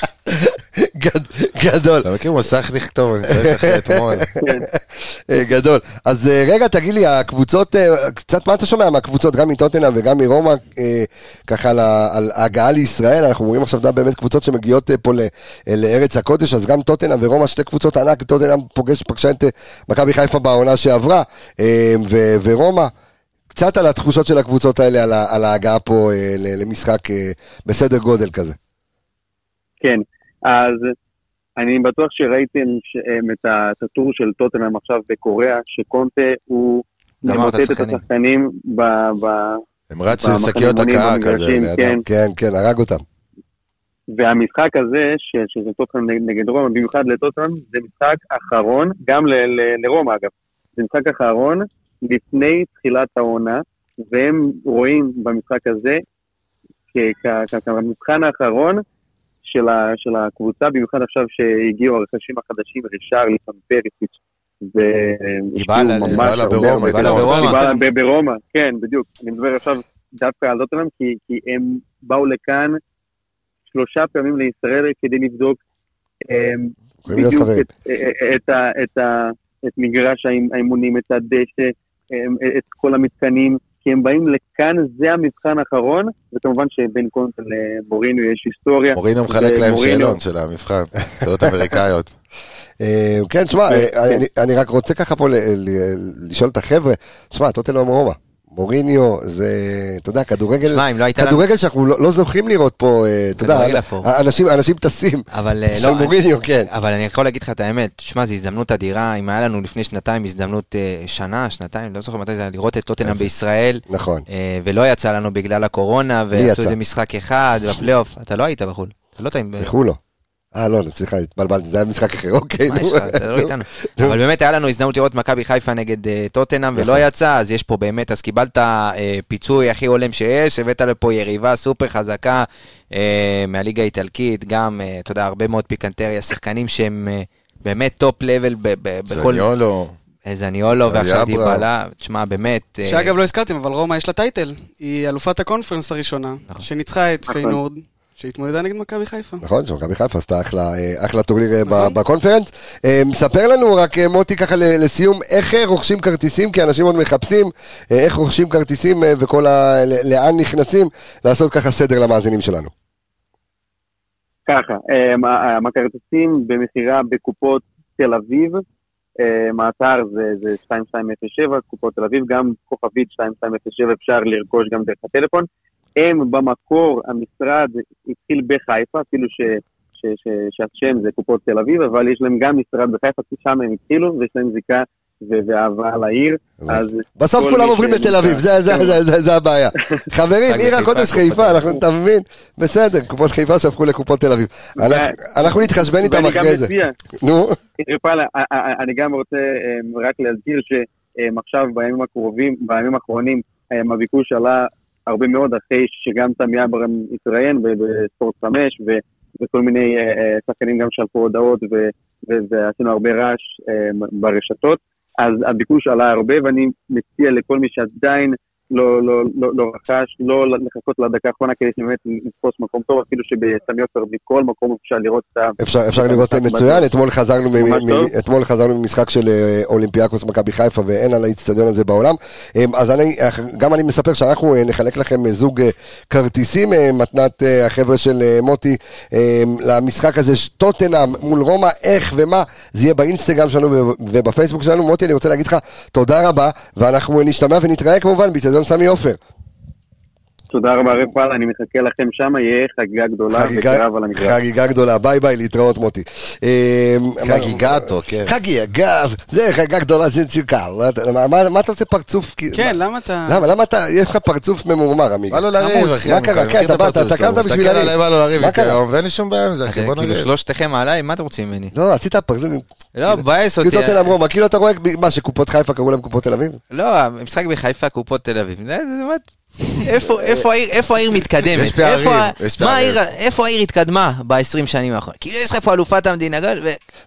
גדול. אתה מכיר מוסך לכתוב, אני צריך אחרי אתמול. גדול. אז רגע, תגיד לי, הקבוצות, קצת מה אתה שומע מהקבוצות, גם מטוטנהאם וגם מרומא, ככה על ההגעה לישראל, אנחנו רואים עכשיו באמת קבוצות שמגיעות פה לארץ הקודש, אז גם טוטנהאם ורומא, שתי קבוצות ענק, טוטנהאם פגשה את מכבי חיפה בעונה שעברה, ורומא, קצת על התחושות של הקבוצות האלה, על ההגעה פה למשחק בסדר גודל כזה. כן, אז אני בטוח שראיתם את הטור של טוטנהאם עכשיו בקוריאה, שקונטה הוא ממוטט את השחקנים הם רצו לשקיות הקאה כזה. כן, הרג אותם. והמשחק הזה, שזה טוטנהאם נגד רומא, במיוחד לטוטנהאם, זה משחק אחרון, גם לרומא אגב, זה משחק אחרון לפני תחילת העונה, והם רואים במשחק הזה כמבחן האחרון של הקבוצה, במיוחד עכשיו שהגיעו הרכשים החדשים, רישרליסון, פריסיץ' דיבלה ברומא, כן, בדיוק. אני מדבר עכשיו דווקא על טוטנהאם, כי הם באו לכאן 3 פעמים לישראל כדי לבדוק בדיוק את מגרש האימונים, את הדשא, את כל המתקנים, כי הם באים לכאן, זה המבחן האחרון, וכמובן שבין קונטה למורינו יש היסטוריה. מורינו מחלק להם שאלון של המבחן, שאלות אמריקאיות. כן, תשמע, אני רק רוצה ככה פה לשאול את החבר'ה, תשמע, טוטנהאם רומא, מוריניו, זה, אתה יודע, כדורגל שאנחנו לא זוכים לראות פה, אתה יודע, אנשים טסים, של מוריניו, כן. אבל אני יכול להגיד לך את האמת, תשמע, זו הזדמנות אדירה, אם היה לנו לפני שנתיים הזדמנות שנתיים, לא זוכר מתי זה, לראות את טוטנהאם בישראל, נכון. ולא יצא לנו בגלל הקורונה, ועשו איזה משחק אחד, בפלייאוף, אתה לא היית בחול. בחול לא. לא, סליחה, התבלבלתי, זה היה משחק אחר, אוקיי. מה יש לך, זה לא איתנו. אבל באמת היה לנו הזדמנות לראות מכבי חיפה נגד טוטנהאם, ולא יצא, אז יש פה באמת, אז קיבלת פיצוי הכי הולם שיש, הבאת לפה יריבה סופר חזקה, מהליגה האיטלקית, גם, אתה יודע, הרבה מאוד פיקנטריה, שחקנים שהם באמת טופ לבל בכל... זניולו, ועכשיו דיבלה, תשמע, באמת... שאגב לא הזכרתם, אבל רומא יש לה טייטל, היא אלופת הקונפרנס הראשונה, שניצחה את פיינורד. שהתמודדה נגד מכבי חיפה. נכון, שמכבי חיפה עשתה אחלה טורניר בקונפרנס. מספר לנו רק מוטי ככה לסיום, איך רוכשים כרטיסים, כי אנשים עוד מחפשים, איך רוכשים כרטיסים וכל לאן נכנסים, לעשות ככה סדר למאזינים שלנו. ככה, הכרטיסים במחירה בקופות תל אביב, האתר זה 2207, קופות תל אביב, גם כוכבית 2207 אפשר לרכוש גם דרך הטלפון. הם במקור, המשרד התחיל בחיפה, אפילו שהשם זה קופות תל אביב, אבל יש להם גם משרד בחיפה, כי שם הם התחילו, ויש להם זיקה ואהבה לעיר. בסוף כולם עוברים לתל אביב, זה הבעיה. חברים, עיר הקודש חיפה, אתה מבין? בסדר, קופות חיפה שהפכו לקופות תל אביב. אנחנו נתחשבן איתם אחרי זה. נו. אני גם רוצה רק להזכיר שעכשיו בימים האחרונים, הביקוש עלה הרבה מאוד אחרי שגם סמי אברהם התראיין בספורט 5 וכל מיני שחקנים גם שלפו הודעות ועשינו הרבה רעש ברשתות, אז הביקוש עלה הרבה ואני מציע לכל מי שעדיין לא רכש, לא לחכות לדקה האחרונה כדי שבאמת נתפוס מקום טוב, אפילו שבסמי עופר בכל מקום אפשר לראות את אפשר לראות מצוין, אתמול חזרנו ממשחק של אולימפיאקוס מכבי חיפה ואין על האצטדיון הזה בעולם, אז גם אני מספר שאנחנו נחלק לכם זוג כרטיסים, מתנת החבר'ה של מוטי למשחק הזה, טוטנהאם מול רומא, איך ומה, זה יהיה באינסטגרם שלנו ובפייסבוק שלנו. מוטי, אני רוצה להגיד לך תודה רבה, ואנחנו נשתמע ונתראה כמובן באצטדיון סמי עופר. תודה רבה רפאל, אני מחכה לכם שם, יהיה חגיגה גדולה וקרב על המגרש. חגיגה גדולה, ביי ביי, להתראות מוטי. חגיגתו, כן. חגיגה, זה חגיגה גדולה, זה קל. מה אתה עושה פרצוף? כן, למה אתה... למה אתה, יש לך פרצוף ממורמר, עמיגה? בא לו לריב, אחי. מה קרה? כן, אתה קמת בשביל לריב. בא לו לריב, ואין לי שום בעיה עם זה, אחי, בוא נריב. כאילו שלושתכם עליי, מה אתם רוצים ממני? לא, עשית פרצוף. לא, בייס אותי. כאילו אתה רואה מה שקופות חיפה קראו להם קופות תל אביב? לא, המשחק בחיפה קופות תל אביב. איפה העיר מתקדמת? איפה העיר התקדמה ב-20 שנים האחרונות? כאילו יש לך פה אלופת המדינה גול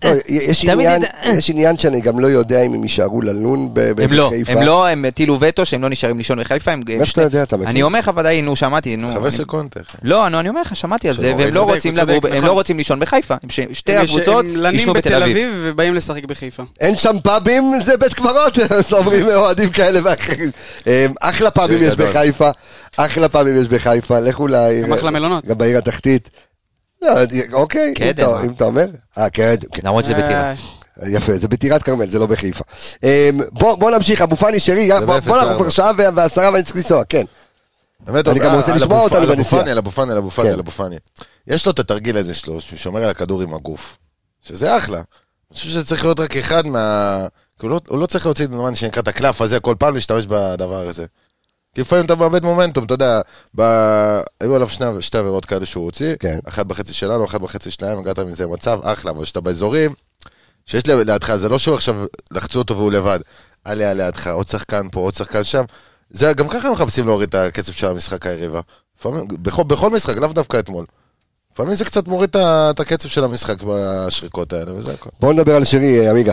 יש עניין שאני גם לא יודע אם הם יישארו ללון בחיפה. הם לא, הם הטילו וטו שהם לא נשארים לישון בחיפה. מה שאתה יודע, אתה מכיר. אני אומר לך ודאי, שמעתי. חבר של קונטר. לא, אני אומר לך, שמעתי על זה, והם לא רוצים לישון בחיפה. שתי הקבוצות ישנו בתל אביב ובאים לשחק בחיפה. אין שם פאבים, זה בית קברות, אומרים אוהדים כאלה ואחרים. אחלה פאבים יש בחיפה, אחלה פעמים יש בחיפה, לכו לעיר, גם אחלה מלונות, גם בעיר התחתית, אוקיי, אם אתה אומר, למרות שזה בטירה, יפה, זה בטירת כרמל, זה לא בחיפה. בוא נמשיך, אבו פאני שרי, בוא אנחנו כבר שעה ועשרה ואני צריך לנסוע, כן, אני גם רוצה לשמוע אותנו בנסיעה. על אבו פאני, יש לו את התרגיל הזה שלו, שהוא שומר על הכדור עם הגוף, שזה אחלה, אני חושב שזה צריך להיות רק אחד הוא לא צריך להוציא את הזמן שנקרא את הקלף הזה, כל פעם להשתמש בדבר הזה. כי לפעמים אתה מאבד מומנטום, אתה יודע, היו עליו שתי עבירות כאלה שהוא הוציא, אחת בחצי שלנו, אחת בחצי שלהם, הגעת מזה מצב, אחלה, אבל שאתה באזורים, שיש לידך, זה לא שהוא עכשיו לחצו אותו והוא לבד, עליה לידך, עוד שחקן פה, עוד שחקן שם, זה גם ככה מחפשים להוריד את הקצב של המשחק היריבה, בכל משחק, לאו דווקא אתמול, לפעמים זה קצת מוריד את הקצב של המשחק בשריקות האלה, וזה הכל. בואו נדבר על שרי, עמיגה.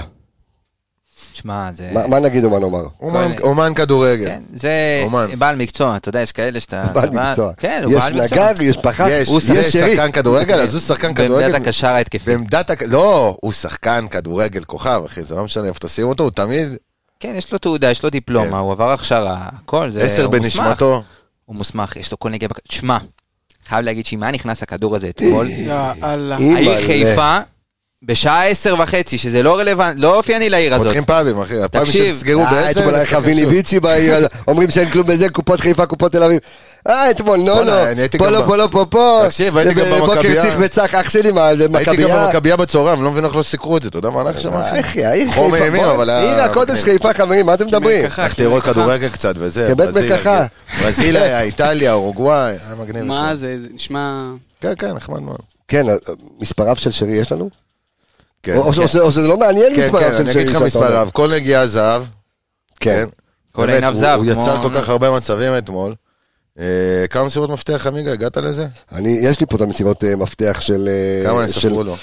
שמה, זה... מה נגיד ומה נאמר? אומן כדורגל. כן, זה בעל מקצוע, אתה יודע, יש כאלה שאתה... בעל מקצוע. כן, הוא בעל מקצוע. יש נגר, יש פחת, יש שחקן כדורגל, אז הוא שחקן כדורגל. בעמדת הקשר ההתקפי. לא, הוא שחקן כדורגל כוכב, אחי, זה לא משנה איפה תשים אותו, הוא תמיד... כן, יש לו תעודה, יש לו דיפלומה, הוא עבר הכשרה, הכל, זה... 10 בנשמתו. הוא מוסמך, יש לו כל נגע... שמע, חייב להגיד שאם היה נכנס הכדור הזה אתמול, העיר חיפה... בשעה 10:30, שזה לא רלוונטי, לא אופייני לעיר הזאת. פותחים פאבים, אחי. הפאבים שסגרו ב-10. אתמול חביליביצ'י בעיר, אומרים שאין כלום בזה, קופות חיפה, קופות תל אביב. אתמול, פה. תקשיב, הייתי גם במכבייה. בוקר צריך וצח, אח שלי, מה, זה מכבייה. הייתי גם במכבייה בצהריים, לא מבין איך לא סיקרו את זה, אתה יודע מה הלך שם, אחי? העיר חיפה, עיר הקודש חיפה, חברים, מה אתם מדברים? איך תראו כדורגל קצת וזה. כבית מקחה. ברזיליה, איטליה, אורוגוואי, היה מגניב. מה זה, נשמע... כן, נחמד מאוד. כן, מספריו של שרי יש לנו? או שזה לא מעניין מספריו של שרי. אני אגיד לך מספריו, כל נגיעה זהב. כן. כל עיניו זהב. הוא יצר כל כך הרבה מצבים אתמול. כמה מסירות מפתח, עמיגה? הגעת לזה? יש לי פה את המסירות מפתח של... כמה נספרו לו?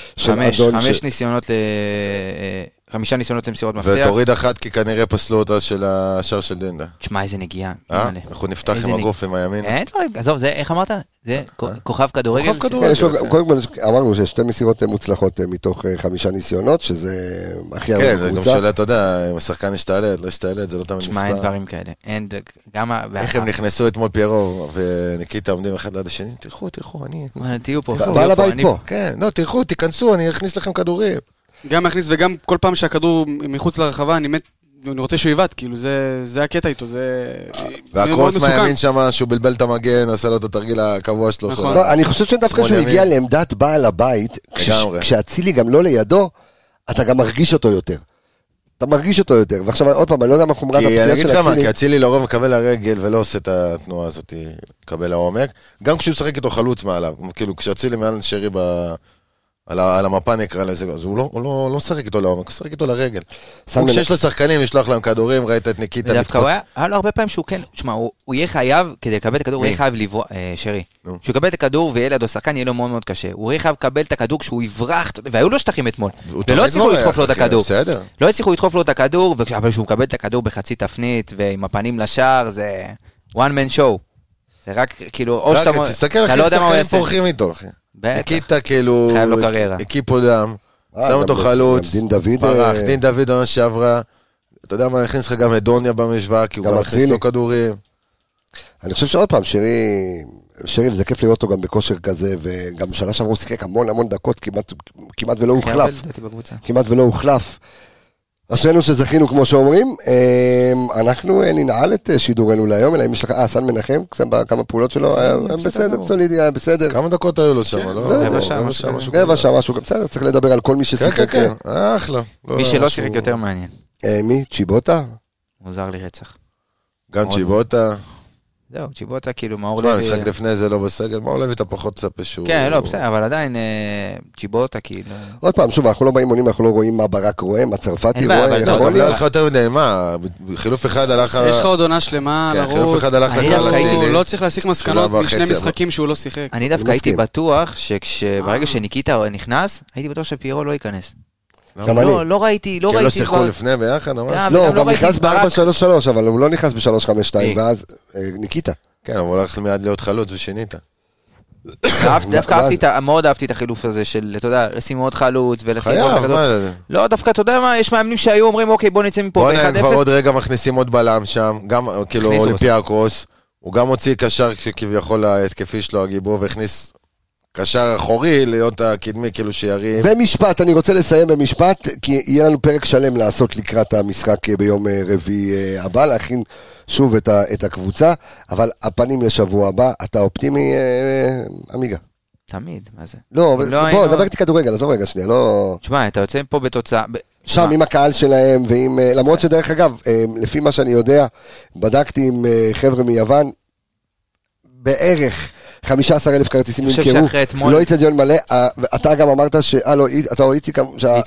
5 ניסיונות למסירות מפתח. ותוריד אחת כי כנראה פסלו אותה של השאר של דינדה. תשמע, איזה נגיעה. איך הוא נפתח עם הגוף עם הימין. אין דברים, עזוב, זה, איך אמרת? זה כוכב כדורגל? כוכב כדורגל. קודם כל אמרנו שיש 2 מסירות מוצלחות מתוך 5 ניסיונות, שזה הכי הרבה קבוצה. כן, זה גם שאלה, אתה יודע, אם השחקן ישתעלת, לא ישתעלת, זה לא תמיד נספר. תשמע, אין דברים כאלה. איך הם נכנסו אתמול פיירו וניקיטה עומדים אחד ליד השני, תלכו, אני... תהיו פה. בעל הבית פה. כן, לא, תלכו, תיכנסו, אני אכניס לכם כדורים. גם מכניס וגם כל פעם שהכדור מחוץ לרחבה, אני רוצה שהוא יבט, כאילו זה הקטע איתו, זה... והקרוס מהימין שם, שהוא בלבל את המגן, עשה לו את התרגיל הקבוע שלו. אני חושב שדווקא שהוא הגיע לעמדת בעל הבית, כשהצילי גם לא לידו, אתה גם מרגיש אותו יותר. אתה מרגיש אותו יותר, ועכשיו עוד פעם, אני לא יודע מה חומרת הפציעה של אצילי. כי אצילי לרוב מקבל לרגל ולא עושה את התנועה הזאת, מקבל לעומק, גם כשהוא שחק איתו חלוץ מעליו, כאילו כשאצילי מעל שרי על המפה נקרא לזה, אז הוא לא משחק איתו לעומק, הוא משחק איתו לרגל. כשיש לשחקנים, לשלוח להם כדורים, ראית את ניקיטה. ודווקא היה לו הרבה פעמים שהוא כן, תשמע, הוא יהיה חייב, כדי לקבל את הכדור, הוא יהיה חייב לבוא, שרי. שהוא יקבל את הכדור וילד או שחקן יהיה לו מאוד מאוד קשה. הוא יהיה חייב לקבל את הכדור כשהוא יברח, והיו לו שטחים אתמול. ולא הצליחו לדחוף לו את הכדור. לא הצליחו לדחוף לו את הכדור, אבל כשהוא מקבל את הכדור בחצי תפנית, ועם הפנים לשער, זה one man show. זה רק, כאילו, או שאתה... תסתכל אחרי שחקנים פורחים איתו, אחי. ניקיטה כאילו, הקיפ פה דם, שם אותו חלוץ, ברח, דין דוד עונה שעברה, אתה יודע מה, הכניס לך גם את דוניה במשוואה, כי הוא גם הכניס לו כדורים. אני חושב שעוד פעם, שרי, זה כיף לראות אותו גם בכושר כזה, וגם שנה שעברה הוא שיחק המון דקות, כמעט ולא הוחלף. כמעט ולא הוחלף. אשרנו שזכינו כמו שאומרים, אנחנו ננעל את שידורנו להיום, אלא אם יש לך, סן מנחם, כמה פעולות שלו, בסדר, סולידי, היה בסדר. כמה דקות היו לו שם, לא? רבע שעה, משהו, בסדר, צריך לדבר על כל מי ששיחק. כן, אחלה. מי שלא שיחק יותר מעניין. מי? צ'יבוטה? מוזר לי רצח. גם צ'יבוטה. זהו, צ'יבוטה כאילו מאור לוי... משחק לפני זה לא בסגל, מאור לוי אתה פחות צפה שהוא... כן, לא, בסדר, אבל עדיין צ'יבוטה כאילו... עוד פעם, שוב, אנחנו לא באים עונים, אנחנו לא רואים מה ברק רואה, מה צרפתי רואה... לא, גם לא הלכה יותר מדי, מה? חילוף אחד הלך... יש לך עוד עונה שלמה לרוץ... חילוף אחד הלך הוא לא צריך להסיק מסקנות משני משחקים שהוא לא שיחק. אני דווקא הייתי בטוח שברגע שניקיטה נכנס, הייתי בטוח שפיירו לא ייכנס. לא ראיתי... כי לא שיחקו לפני ביחד, לא, הוא גם נכנס ב-4-3-3, אבל הוא לא נכנס ב-3-5-2, ואז ניקיטה. כן, אבל הוא הולך מיד להיות חלוץ ושינית. דווקא מאוד אהבתי את החילוף הזה של, אתה יודע, לשים עוד חלוץ חייב, מה זה? לא, דווקא, אתה יודע מה, יש מאמנים שהיו אומרים, אוקיי, בוא נצא מפה ב-1-0. בוא כבר עוד רגע מכניסים עוד בלם שם, גם כאילו אולימפיאקוס, הוא גם הוציא קשר שכביכול ההתקפי שלו הגיבור, והכניס קשר אחורי להיות הקדמי כאילו שיריב. במשפט, אני רוצה לסיים במשפט, כי יהיה לנו פרק שלם לעשות לקראת המשחק ביום רביעי הבא, להכין שוב את הקבוצה, אבל הפנים לשבוע הבא, אתה אופטימי, אמיגה? תמיד, מה זה? לא, בוא, דבר איתי כדורגל, עזוב רגע שנייה, לא... תשמע, אתה יוצא פה בתוצאה... שם עם הקהל שלהם, למרות שדרך אגב, לפי מה שאני יודע, בדקתי עם חבר'ה מיוון, בערך 15,000 כרטיסים נמכרו, לא יצדיון מלא, אתה גם אמרת אתה או איציק,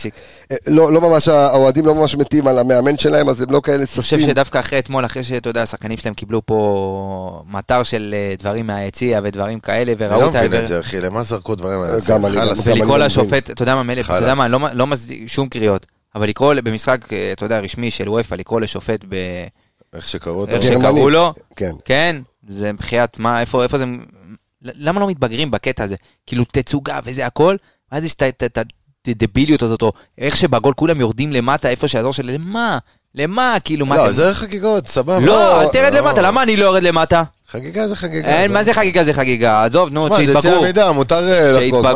לא ממש, האוהדים לא ממש מתים על המאמן שלהם, אז הם לא כאלה ספים. אני חושב שדווקא אחרי אתמול, אחרי שאתה יודע, השחקנים שלהם קיבלו פה מטר של דברים מהיציע ודברים כאלה, וראו את... אני לא מבין את זה, אחי, למה זרקו דברים האלה? ולקרוא לשופט, אתה יודע מה מלך, אתה יודע מה, לא שום קריאות, אבל לקרוא במשחק, אתה יודע, רשמי של וופא, לקרוא לשופט ב... איך שקראו לו, כן, זה בחיית, מה, איפה זה... למה לא מתבגרים בקטע הזה? כאילו תצוגה וזה הכל, ואז יש את הדביליות הזאת, או איך שבגול כולם יורדים למטה, איפה שהאזור של למה, כאילו מה... לא, זה חגיגות, סבבה. לא, אל תרד למטה, למה אני לא יורד למטה? חגיגה זה חגיגה. אין, מה זה חגיגה? זה חגיגה. עזוב, נו, שיתבגרו. זה יצא מידע, מותר לחגוג.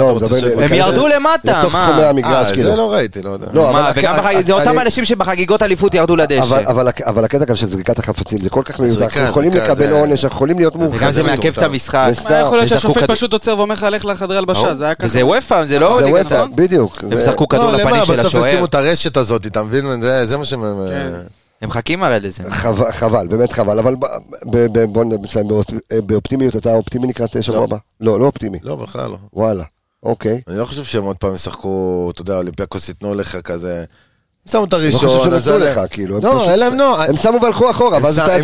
הם ירדו למטה, מה? זה לא ראיתי, לא יודע. זה אותם אנשים שבחגיגות אליפות ירדו לדשא. אבל הקטע גם של זריקת החפצים, זה כל כך מיותר. אנחנו יכולים לקבל עונש, אנחנו יכולים להיות מורחים. וגם זה מעכב את המשחק. יכול להיות שהשופט פשוט עוצר ואומר לך, הלך לחדרי הלבשה, זה היה ככה. וזה וופא, זה לא ליגה, נכון? בדיוק. הם שחקו כדור לפנים של בסוף ישימו את הרשת הזאת, אתה מבין? זה מה שהם... הם חכים הרי לזה. חבל, באמת חבל, אבל בוא נסיים באופטימיות, אתה אופטימי לקראת שבוע הבא? לא אופטימי. לא, בכלל לא. וואלה, אוקיי. אני לא חושב שהם עוד פעם ישחקו, אתה יודע, אולימפיאקוס ייתנו לך כזה, הם שמו את הראשון. לא חושב שנתנו לך, כאילו. לא, אין להם נו. הם שמו והלכו אחורה, ואז אתה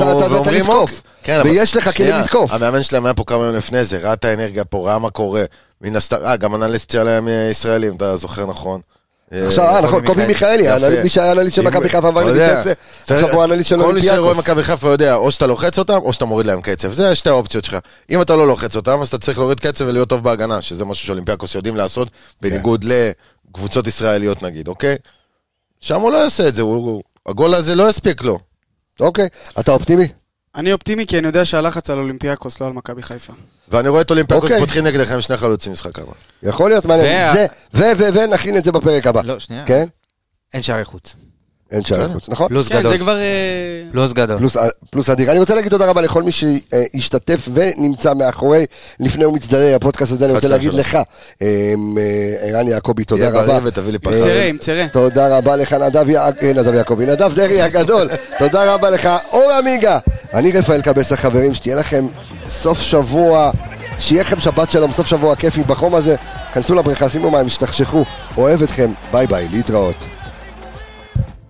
לתקוף. ויש לך כלים לתקוף. המאמן שלהם היה פה כמה יום לפני זה, ראה את האנרגיה פה, ראה מה קורה. גם אנליסט שלהם ישראלים, אתה זוכר נכון. עכשיו, נכון, קובי מיכאלי, מי שהיה אנליסט של מכבי חיפה עבר לי קצב, עכשיו הוא אנליסט של אולימפיאקוס. כל מי שרואה מכבי חיפה יודע, או שאתה לוחץ אותם, או שאתה מוריד להם קצב, זה שתי האופציות שלך. אם אתה לא לוחץ אותם, אז אתה צריך להוריד קצב ולהיות טוב בהגנה, שזה משהו שאולימפיאקוס יודעים לעשות, בניגוד לקבוצות ישראליות נגיד, אוקיי? שם הוא לא יעשה את זה, הגול הזה לא יספיק לו. אוקיי, אתה אופטימי? אני אופטימי כי אני יודע שהלחץ על אולימפיאקוס, לא על מכבי חיפה. ואני רואה את אולימפיאקוס פותחים נגדכם שני חלוצים משחק הבא. יכול להיות מעניין, ונכין את זה בפרק הבא. לא, שנייה. כן? אין שערי חוץ. אין שער חוץ, נכון? פלוס כן, גדול. זה כבר... פלוס גדול. פלוס אדיר. אני רוצה להגיד תודה רבה לכל מי שהשתתף ונמצא מאחורי, לפני ומצדדי הפודקאסט הזה, אני רוצה להגיד לך, ערן יעקבי, תודה רבה. תודה רבה לך, נדב יעקבי, נדב דרי הגדול, תודה רבה לך, אור אמיגה. אני רפאל קבס החברים, שתהיה לכם סוף שבוע, שיהיה לכם שבת שלום, סוף שבוע כיפי בחום הזה, כנסו לבריכה, שימו מים, שתחשכו, אוהב אתכם, ביי ביי, להתראות.